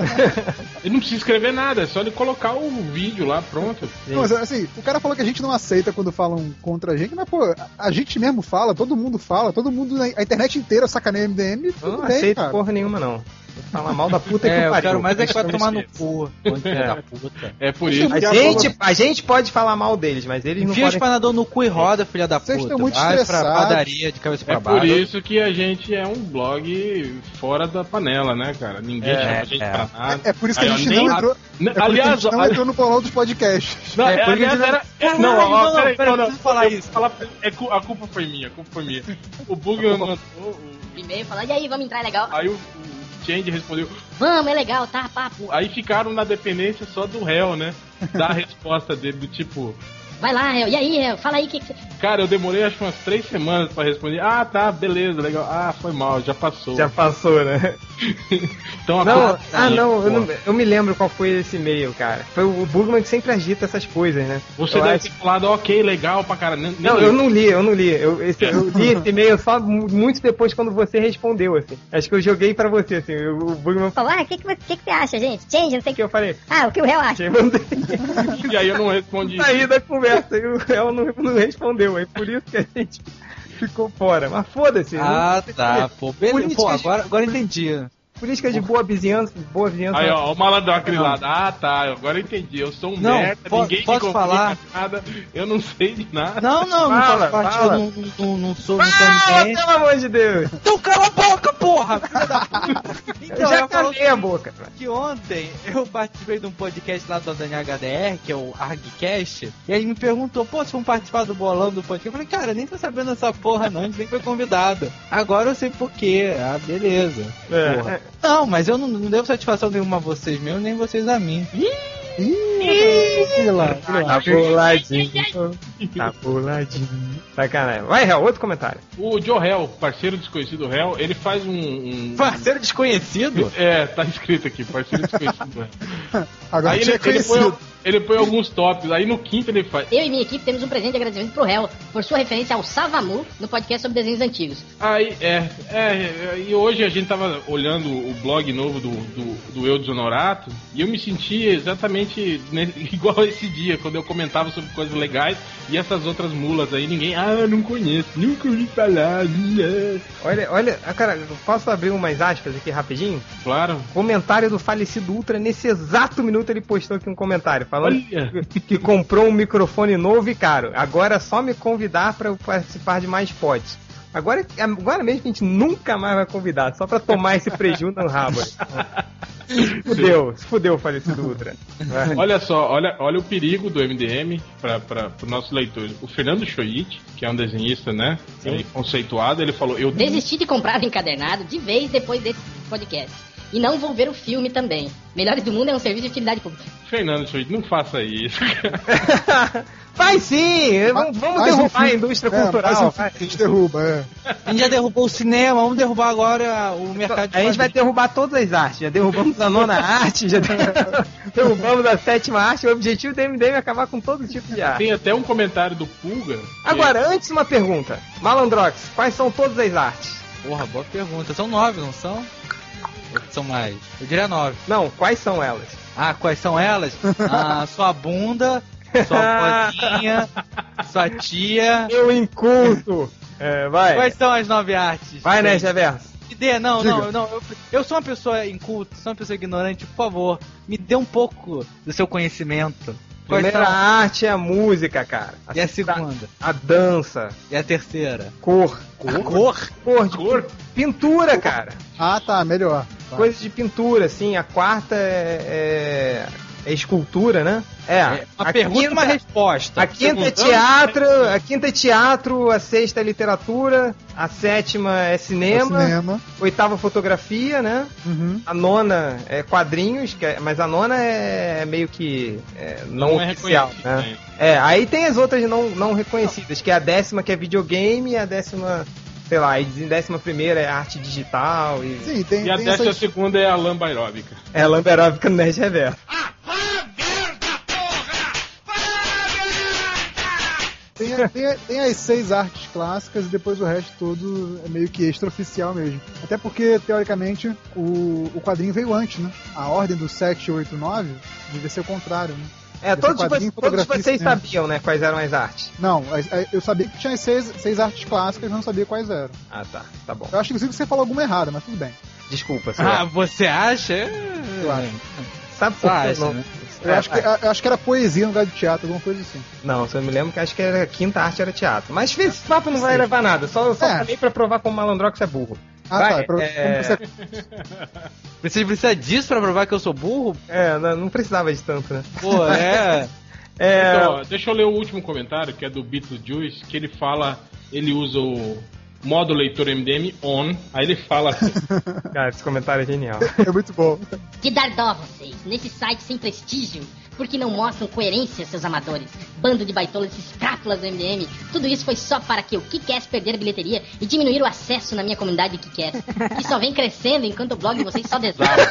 Speaker 3: Ele não precisa escrever nada, é só ele colocar o vídeo lá, pronto.
Speaker 2: Não, mas assim, o cara falou que a gente não aceita quando falam contra a gente, mas pô, a gente mesmo fala, todo mundo fala, todo mundo, a internet inteira sacaneia M D M,
Speaker 1: eu não
Speaker 2: bem,
Speaker 1: aceito
Speaker 2: cara.
Speaker 1: porra nenhuma, não. Falar mal da puta
Speaker 4: é,
Speaker 1: que pariu.
Speaker 4: Quero mais é que vai tomar no cu.
Speaker 3: É.
Speaker 4: Da puta.
Speaker 3: É por isso
Speaker 1: a
Speaker 3: que
Speaker 1: gente,
Speaker 3: a...
Speaker 1: a gente pode falar mal deles, mas eles não
Speaker 4: Enfia
Speaker 1: podem...
Speaker 4: o espanador no cu e roda, filha da
Speaker 2: Vocês
Speaker 4: puta.
Speaker 2: estão muito
Speaker 4: Vai pra
Speaker 2: estressados.
Speaker 4: padaria de cabeça pra
Speaker 3: É
Speaker 4: baixo.
Speaker 3: por isso que a gente é um blog fora da panela, né, cara? Ninguém
Speaker 1: É,
Speaker 3: chama a gente
Speaker 4: é.
Speaker 3: pra nada.
Speaker 2: É, é por isso que
Speaker 3: Aí,
Speaker 2: a
Speaker 3: ó,
Speaker 2: gente
Speaker 3: nem-
Speaker 2: não entrou.
Speaker 3: N-
Speaker 2: É por
Speaker 3: aliás,
Speaker 2: isso que a gente não
Speaker 3: a-
Speaker 2: entrou no bolão dos podcasts.
Speaker 3: Não,
Speaker 1: É,
Speaker 3: é,
Speaker 1: por
Speaker 3: aliás,
Speaker 1: isso que-
Speaker 3: era... é,
Speaker 4: Não,
Speaker 3: não,
Speaker 4: não,
Speaker 3: ó,
Speaker 4: não,
Speaker 3: peraí,
Speaker 4: peraí,
Speaker 3: não, não,
Speaker 4: preciso falar
Speaker 3: eu-
Speaker 4: isso.
Speaker 3: fala- é, cu- a culpa foi minha, a culpa foi minha. O Bugman mandou, o-
Speaker 10: E-mail falando, e aí, vamos entrar, é legal?
Speaker 3: aí o, o Change respondeu,
Speaker 10: Vamos, é legal, tá, papo.
Speaker 3: aí ficaram na dependência só do réu, né? Da resposta dele, do tipo...
Speaker 10: Vai lá, Réu, e aí, Réu, fala aí o que, que você...
Speaker 3: Cara, eu demorei acho que umas três semanas pra responder. Ah, tá, beleza, legal. Ah, foi mal, já passou.
Speaker 1: Já passou, né?
Speaker 3: Então, a
Speaker 1: Não,
Speaker 3: culpa-
Speaker 1: ah não eu,
Speaker 3: Pô,
Speaker 1: não, eu me lembro qual foi esse e-mail, cara. Foi o Bugman que sempre agita essas coisas, né?
Speaker 3: Você
Speaker 1: eu
Speaker 3: deve
Speaker 1: acho-
Speaker 3: ter falado, ok, legal pra caralho. Nem-
Speaker 1: Não,
Speaker 3: nem
Speaker 1: eu não li, eu não li. Eu, esse- eu li esse e-mail só mu- muito depois quando você respondeu, assim. Acho que eu joguei pra você, assim. O o Bugman falou
Speaker 7: Falou, ah, o que, que, você- que, que você acha, gente? Change, não sei o
Speaker 1: que
Speaker 7: que.
Speaker 1: eu falei.
Speaker 7: Ah, o que o réu acha?
Speaker 1: Eu mandei
Speaker 3: E aí eu não respondi.
Speaker 1: sair da conversa e o réu não, não respondeu. Aí por isso que a gente ficou fora. Mas foda-se.
Speaker 4: Ah,
Speaker 1: não-
Speaker 4: tá, pô. Beleza,
Speaker 1: Política
Speaker 4: pô,
Speaker 1: de-
Speaker 4: agora, agora entendi.
Speaker 1: Política de boa vizinhança. Boa vizinhança.
Speaker 3: Aí, ó, o malandro acrilado. Ah, tá, agora eu entendi. Eu sou um
Speaker 4: Não,
Speaker 3: merda,
Speaker 4: po-
Speaker 3: ninguém me
Speaker 4: posso
Speaker 3: complica
Speaker 4: falar?
Speaker 3: nada, eu não sei de nada.
Speaker 4: Não, não, não
Speaker 1: Fala,
Speaker 4: faço parte,
Speaker 1: fala.
Speaker 4: eu não, não, não sou, não sou
Speaker 1: Fala,
Speaker 4: ninguém.
Speaker 1: pelo amor de Deus.
Speaker 4: Então cala a boca, porra! Filha da puta. Então,
Speaker 1: Eu já
Speaker 4: eu falo
Speaker 1: calei a boca. cara.
Speaker 4: que ontem eu participei de um podcast lá do Daniel H D R, que é o ArgCast, e aí me perguntou, pô, se vão participar do bolão do podcast? Eu falei, cara, nem tô sabendo dessa porra não, a gente nem foi convidado. Agora eu sei por quê. Ah, beleza.
Speaker 1: É.
Speaker 4: Porra. Não, mas eu não, não devo satisfação nenhuma a vocês mesmo, nem vocês a mim.
Speaker 2: Ih, lá,
Speaker 1: Tá boladinho. Tá boladinho. Sacanagem. Vai, Réu, outro comentário.
Speaker 3: O Joe Hell, parceiro desconhecido Hell, ele faz um... um...
Speaker 4: Parceiro desconhecido?
Speaker 3: É, tá escrito aqui, parceiro desconhecido. Hell.
Speaker 2: Agora
Speaker 3: Aí
Speaker 2: tinha
Speaker 3: ele, ele, põe,
Speaker 2: conhecido.
Speaker 3: ele põe alguns tópicos, aí no quinto ele faz...
Speaker 10: Eu e minha equipe temos um presente de agradecimento pro Réu por sua referência ao Savamu no podcast sobre desenhos antigos.
Speaker 3: Aí, é, é, e hoje a gente tava olhando o blog novo do, do, do Eu Desonorato e eu me senti exatamente ne- igual esse dia, quando eu comentava sobre coisas legais e essas outras mulas aí, ninguém, ah, eu não conheço, nunca ouvi falar, né?
Speaker 1: Olha, olha, ah, cara, eu posso abrir umas aspas aqui rapidinho?
Speaker 3: Claro.
Speaker 1: Comentário do falecido Ultra, nesse exato minuto ele postou aqui um comentário, falando
Speaker 3: Olha.
Speaker 1: que, que comprou um microfone novo e caro. Agora é só me convidar pra eu participar de mais pods. Agora, agora mesmo que a gente nunca mais vai convidar, só pra tomar esse prejuízo no rabo. Se fudeu, se fudeu o falecido Ultra. Vai.
Speaker 3: Olha só, olha, olha o perigo do M D M para o nosso leitor. O Fernando Choit, que é um desenhista, né? Aí, conceituado, ele falou: eu
Speaker 10: Desisti de comprar o encadernado de vez depois desse podcast. E não vou ver o filme também. Melhores do Mundo é um serviço de utilidade pública.
Speaker 3: Fernando Choit, não faça isso.
Speaker 1: Vai sim! Vamos, vamos
Speaker 2: Mais um
Speaker 1: derrubar a
Speaker 2: filme.
Speaker 1: indústria
Speaker 2: É,
Speaker 1: cultural.
Speaker 2: mais um
Speaker 1: vai.
Speaker 2: filme que a gente derruba, é.
Speaker 4: A gente já derrubou o cinema, vamos derrubar agora o mercado de
Speaker 1: A gente vai derrubar todas as artes. Já derrubamos a nona arte, já derrubamos a sétima arte. O objetivo do M D M é acabar com todo tipo de arte.
Speaker 3: Tem até um comentário do Pulga. que-
Speaker 1: Agora, antes uma pergunta. Malandrox, quais são todas as artes?
Speaker 4: Porra, boa pergunta. São nove, não são? Ou são mais? Eu diria nove.
Speaker 1: Não, quais são elas?
Speaker 4: Ah, quais são elas? Ah, sua bunda, sua vozinha, sua tia.
Speaker 1: Eu inculto! É, vai.
Speaker 4: Quais são as nove artes?
Speaker 1: Vai, né,
Speaker 4: Gente,
Speaker 1: Reverso?
Speaker 4: Me dê, não,
Speaker 2: Diga.
Speaker 4: não, não. Eu, eu sou uma pessoa inculta, sou uma pessoa ignorante, por favor, me dê um pouco do seu conhecimento. Quais
Speaker 1: Primeira
Speaker 4: são?
Speaker 1: arte é a música, cara.
Speaker 4: E a segunda?
Speaker 1: A dança.
Speaker 4: E a terceira?
Speaker 1: Cor.
Speaker 4: A cor?
Speaker 1: Cor, de cor. Pintura, cara.
Speaker 2: Ah, tá, melhor. Tá.
Speaker 1: Coisa de pintura, assim. A quarta é, é é escultura, né? É.
Speaker 4: é uma pergunta e uma resposta.
Speaker 1: A quinta é teatro, a quinta é teatro, a sexta é literatura, a sétima é cinema,
Speaker 2: é cinema.
Speaker 1: Oitava fotografia, né?
Speaker 2: Uhum.
Speaker 1: A nona é quadrinhos, que é, mas a nona é meio que é, não,
Speaker 3: não
Speaker 1: oficial,
Speaker 3: é
Speaker 1: né?
Speaker 3: né?
Speaker 1: É, aí tem as outras não, não reconhecidas, que é a décima que é videogame e a décima... Sei lá, e décima primeira é arte digital e...
Speaker 2: Sim, tem,
Speaker 3: e a
Speaker 2: tem
Speaker 3: décima
Speaker 2: essas...
Speaker 3: segunda é a lamba aeróbica.
Speaker 1: É a lamba aeróbica no Nerd Reverso.
Speaker 2: Tem, tem, tem as seis artes clássicas e depois o resto todo é meio que extraoficial mesmo. Até porque, teoricamente, o, o quadrinho veio antes, né? A ordem do sete, oito, nove devia ser o contrário, né?
Speaker 1: É, todos,
Speaker 2: quadrinho,
Speaker 1: todos vocês sabiam, né, quais eram as artes.
Speaker 2: Não, eu sabia que tinha as seis, seis artes clássicas, mas não sabia quais eram.
Speaker 1: Ah, tá, tá bom.
Speaker 2: Eu acho que você falou alguma errada, mas tudo bem.
Speaker 1: Desculpa, senhor.
Speaker 4: Ah, você acha?
Speaker 2: Eu acho.
Speaker 1: Sabe por que
Speaker 4: acha,
Speaker 1: não?
Speaker 4: né?
Speaker 2: Eu,
Speaker 1: É,
Speaker 2: acho que, eu acho que era poesia no lugar de teatro, alguma coisa assim.
Speaker 1: Não, se eu me lembro que acho que era a quinta arte era teatro. Mas esse papo não vai Sim. levar nada, só, só
Speaker 2: é.
Speaker 1: falei pra provar como malandrox é burro.
Speaker 2: Ah,
Speaker 1: vai,
Speaker 2: tá. Pra,
Speaker 1: é...
Speaker 2: você...
Speaker 4: Você precisa disso pra provar que eu sou burro?
Speaker 1: É, não, não precisava de tanto, né?
Speaker 4: Pô, é...
Speaker 1: é...
Speaker 3: Então, deixa eu ler o último comentário, que é do Beetlejuice, que ele fala, ele usa o modo leitor M D M on, aí ele fala assim...
Speaker 1: Cara, esse comentário é genial.
Speaker 2: É muito bom.
Speaker 10: Que dar dó a vocês, nesse site sem prestígio, porque não mostram coerência, seus amadores. Bando de baitolas e escápulas do M D M. Tudo isso foi só para que o Kickass perder a bilheteria e diminuir o acesso na minha comunidade Kickass, que só vem crescendo enquanto o blog de vocês só desaba.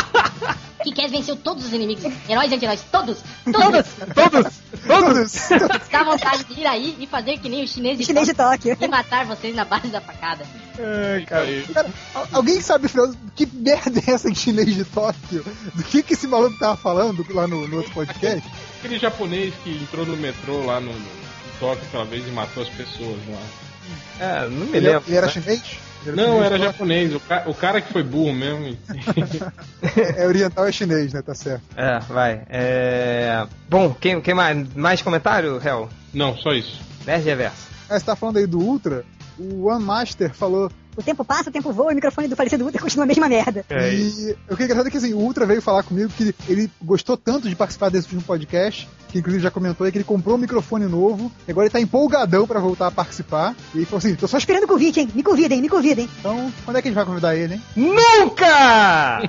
Speaker 10: Kickass venceu todos os inimigos, heróis e anti-heróis, todos, todos,
Speaker 1: todos, todos.
Speaker 10: Dá vontade de ir aí e fazer que nem o chinês de,
Speaker 7: chinês de Tóquio
Speaker 10: e matar vocês na base da facada.
Speaker 1: Ai, cara.
Speaker 2: Cara, alguém sabe, Fernando, que merda é essa de chinês de Tóquio? Do que, que esse maluco tava falando lá no, no outro podcast?
Speaker 3: Aquele japonês que entrou no metrô lá no, no Tóquio aquela vez e matou as pessoas lá.
Speaker 1: É, não me
Speaker 2: ele,
Speaker 1: lembro.
Speaker 2: Ele era
Speaker 1: né?
Speaker 2: chinês? Ele
Speaker 3: não,
Speaker 2: chinês
Speaker 3: era japonês. O, ca... o cara que foi burro mesmo.
Speaker 2: É, é oriental, é chinês, né? Tá certo.
Speaker 1: É, vai. É... Bom, quem, quem mais? Mais comentário, Hel?
Speaker 3: Não, só isso.
Speaker 1: Nerd Reverso.
Speaker 2: É, você tá falando aí do Ultra, o One Master falou...
Speaker 7: O tempo passa, o tempo voa, e o microfone do falecido Ultra continua a mesma merda.
Speaker 1: É
Speaker 2: e o que é engraçado é que assim, o Ultra veio falar comigo que ele gostou tanto de participar desse último podcast, que inclusive já comentou aí que ele comprou um microfone novo, e agora ele tá empolgadão pra voltar a participar. E ele falou assim, tô só esperando
Speaker 7: o convite, hein? Me convidem, me convidem.
Speaker 2: Então, quando é que a gente vai convidar ele, hein?
Speaker 1: Nunca!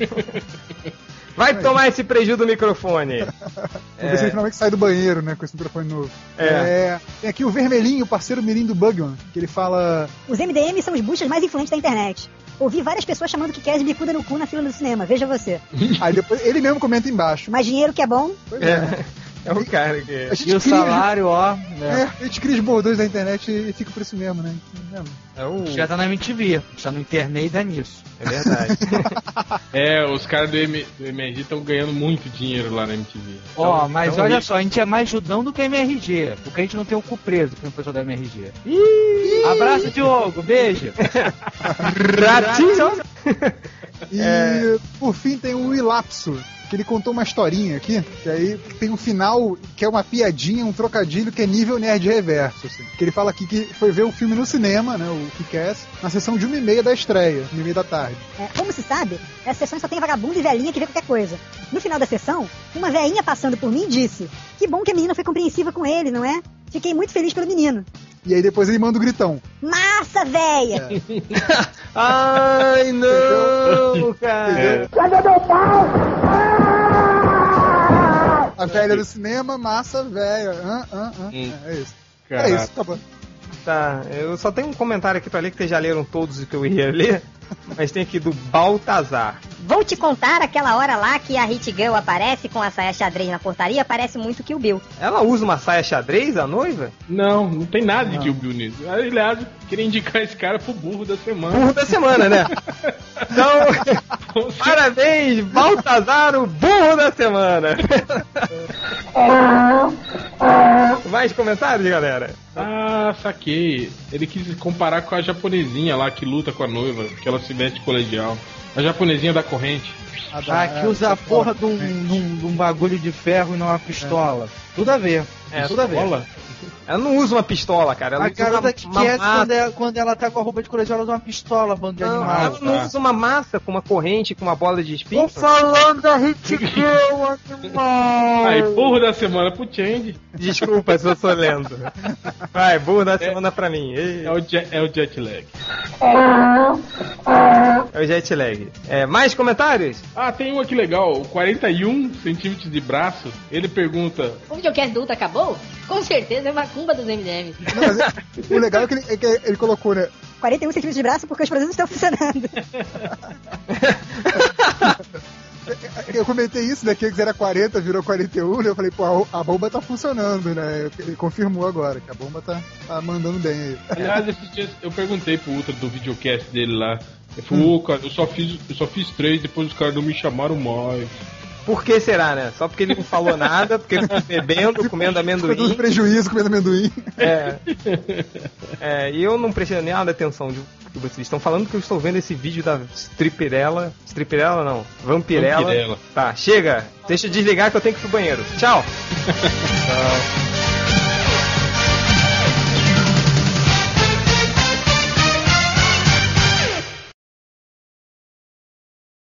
Speaker 1: Vai tomar esse prejuízo do microfone.
Speaker 2: Vamos é... ver se ele finalmente sai do banheiro, né, com esse microfone novo. É. É... Tem aqui o Vermelhinho, o parceiro mirim do Bugman, que ele fala...
Speaker 7: Os M D M são os buchas mais influentes da internet. Ouvi várias pessoas chamando que quer bicuda no cu na fila do cinema, veja você.
Speaker 2: Aí depois ele mesmo comenta embaixo.
Speaker 7: Mais dinheiro que é bom.
Speaker 2: Pois é. é.
Speaker 1: É o cara que...
Speaker 4: E o salário, ó...
Speaker 2: É, a gente cria os bordões da internet e fica por isso mesmo, né?
Speaker 4: É o... Já tá na M T V, já no internet e dá nisso.
Speaker 1: É verdade.
Speaker 3: É, os caras do, M- do M R G estão ganhando muito dinheiro lá na M T V.
Speaker 4: Ó,
Speaker 3: então,
Speaker 4: mas
Speaker 3: então
Speaker 4: olha
Speaker 3: isso...
Speaker 4: só, a gente é mais judão do que M R G, porque a gente não tem o cu preso, que é o pessoal da M R G. Ih! Abraço, Diogo, beijo!
Speaker 1: Ratinho!
Speaker 2: E, é... por fim, tem o Ilapso, que ele contou uma historinha aqui, que aí tem um final que é uma piadinha, um trocadilho que é nível nerd reverso, assim. Que ele fala aqui que foi ver o filme no cinema, né, o Kick-Ass, na sessão de uma e meia da estreia, uma e meia da tarde.
Speaker 7: É, como se sabe, essa sessão só tem vagabundo e velhinha que vê qualquer coisa. No final da sessão, uma velhinha passando por mim disse: que bom que a menina foi compreensiva com ele, não é? Fiquei muito feliz pelo menino.
Speaker 2: E aí depois ele manda o gritão.
Speaker 7: Massa, véia!
Speaker 2: É.
Speaker 1: Ai, não, cara!
Speaker 7: Cadê meu pau?
Speaker 2: A velha do cinema, massa, velha. Ah, ah, ah. Hum. É isso.
Speaker 3: Caraca.
Speaker 2: É isso, tá bom.
Speaker 1: Tá, eu só tenho um comentário aqui pra ler que vocês já leram todos o que eu ia ler, mas tem aqui do Baltazar.
Speaker 7: Vou te contar aquela hora lá que a Hit Girl aparece com a saia xadrez na portaria, parece muito Kill Bill.
Speaker 1: Ela usa uma saia xadrez, a noiva?
Speaker 3: Não, não tem nada de Kill Bill nisso. Aliás, queria indicar esse cara pro burro da semana.
Speaker 1: Burro da semana, né? Então, parabéns, Baltazar, o burro da semana. Mais comentários, galera?
Speaker 3: Ah, saquei. Ele quis comparar com a japonesinha lá que luta com a noiva, que ela se veste colegial. A japonesinha da corrente.
Speaker 4: Ah, que usa a porra de um, de, um, de um bagulho de ferro e não uma pistola. É. Tudo a ver.
Speaker 1: É,
Speaker 4: tudo a ver.
Speaker 1: Ela não usa uma pistola, cara. Ela
Speaker 4: A
Speaker 1: usa
Speaker 4: garota
Speaker 1: uma,
Speaker 4: que
Speaker 1: uma
Speaker 4: quer
Speaker 1: massa.
Speaker 4: quando ela, quando ela tá com a roupa de colegial, ela usa uma pistola, bando de
Speaker 1: Não,
Speaker 4: animal.
Speaker 1: ela não usa uma massa com uma corrente, com uma bola de espinho.
Speaker 4: Tô falando da Hit Girl, animal!
Speaker 3: Aí, burro da semana pro Change.
Speaker 1: Desculpa se eu sou lento. Vai, burro da semana pra mim. Ei.
Speaker 3: É o, jet, é o jet lag.
Speaker 1: É o jet lag. É, mais comentários?
Speaker 3: Ah, tem um aqui legal. O quarenta e um centímetros de braço. Ele pergunta...
Speaker 10: O videocast do Ultra acabou? Com certeza é macumba dos M D M.
Speaker 2: Não, mas é- o legal é que ele, é que ele colocou, né?
Speaker 7: quarenta e um centímetros de braço porque os produtos não estão funcionando.
Speaker 2: Eu comentei isso, né? Que antes era quarenta, virou quarenta e um, né? Eu falei, pô, a, a bomba tá funcionando, né? Ele confirmou agora que a bomba tá, tá mandando bem aí.
Speaker 3: Aliás, esses dias eu perguntei pro Ultra do videocast dele lá. Ele falou, ô, cara, eu só, fiz, eu só fiz três, depois os caras não me chamaram mais.
Speaker 1: Por que será, né? Só porque ele não falou nada, porque ele ficou bebendo, comendo
Speaker 2: Ficou todo
Speaker 1: amendoim.
Speaker 2: prejuízo comendo amendoim.
Speaker 1: É. É, e eu não prestei nada atenção de que vocês estão falando, que eu estou vendo esse vídeo da Stripperella. Stripperella não, Vampirella.
Speaker 3: Vampirella.
Speaker 1: Tá, chega. Deixa eu desligar que eu tenho que ir pro banheiro. Tchau. Tchau.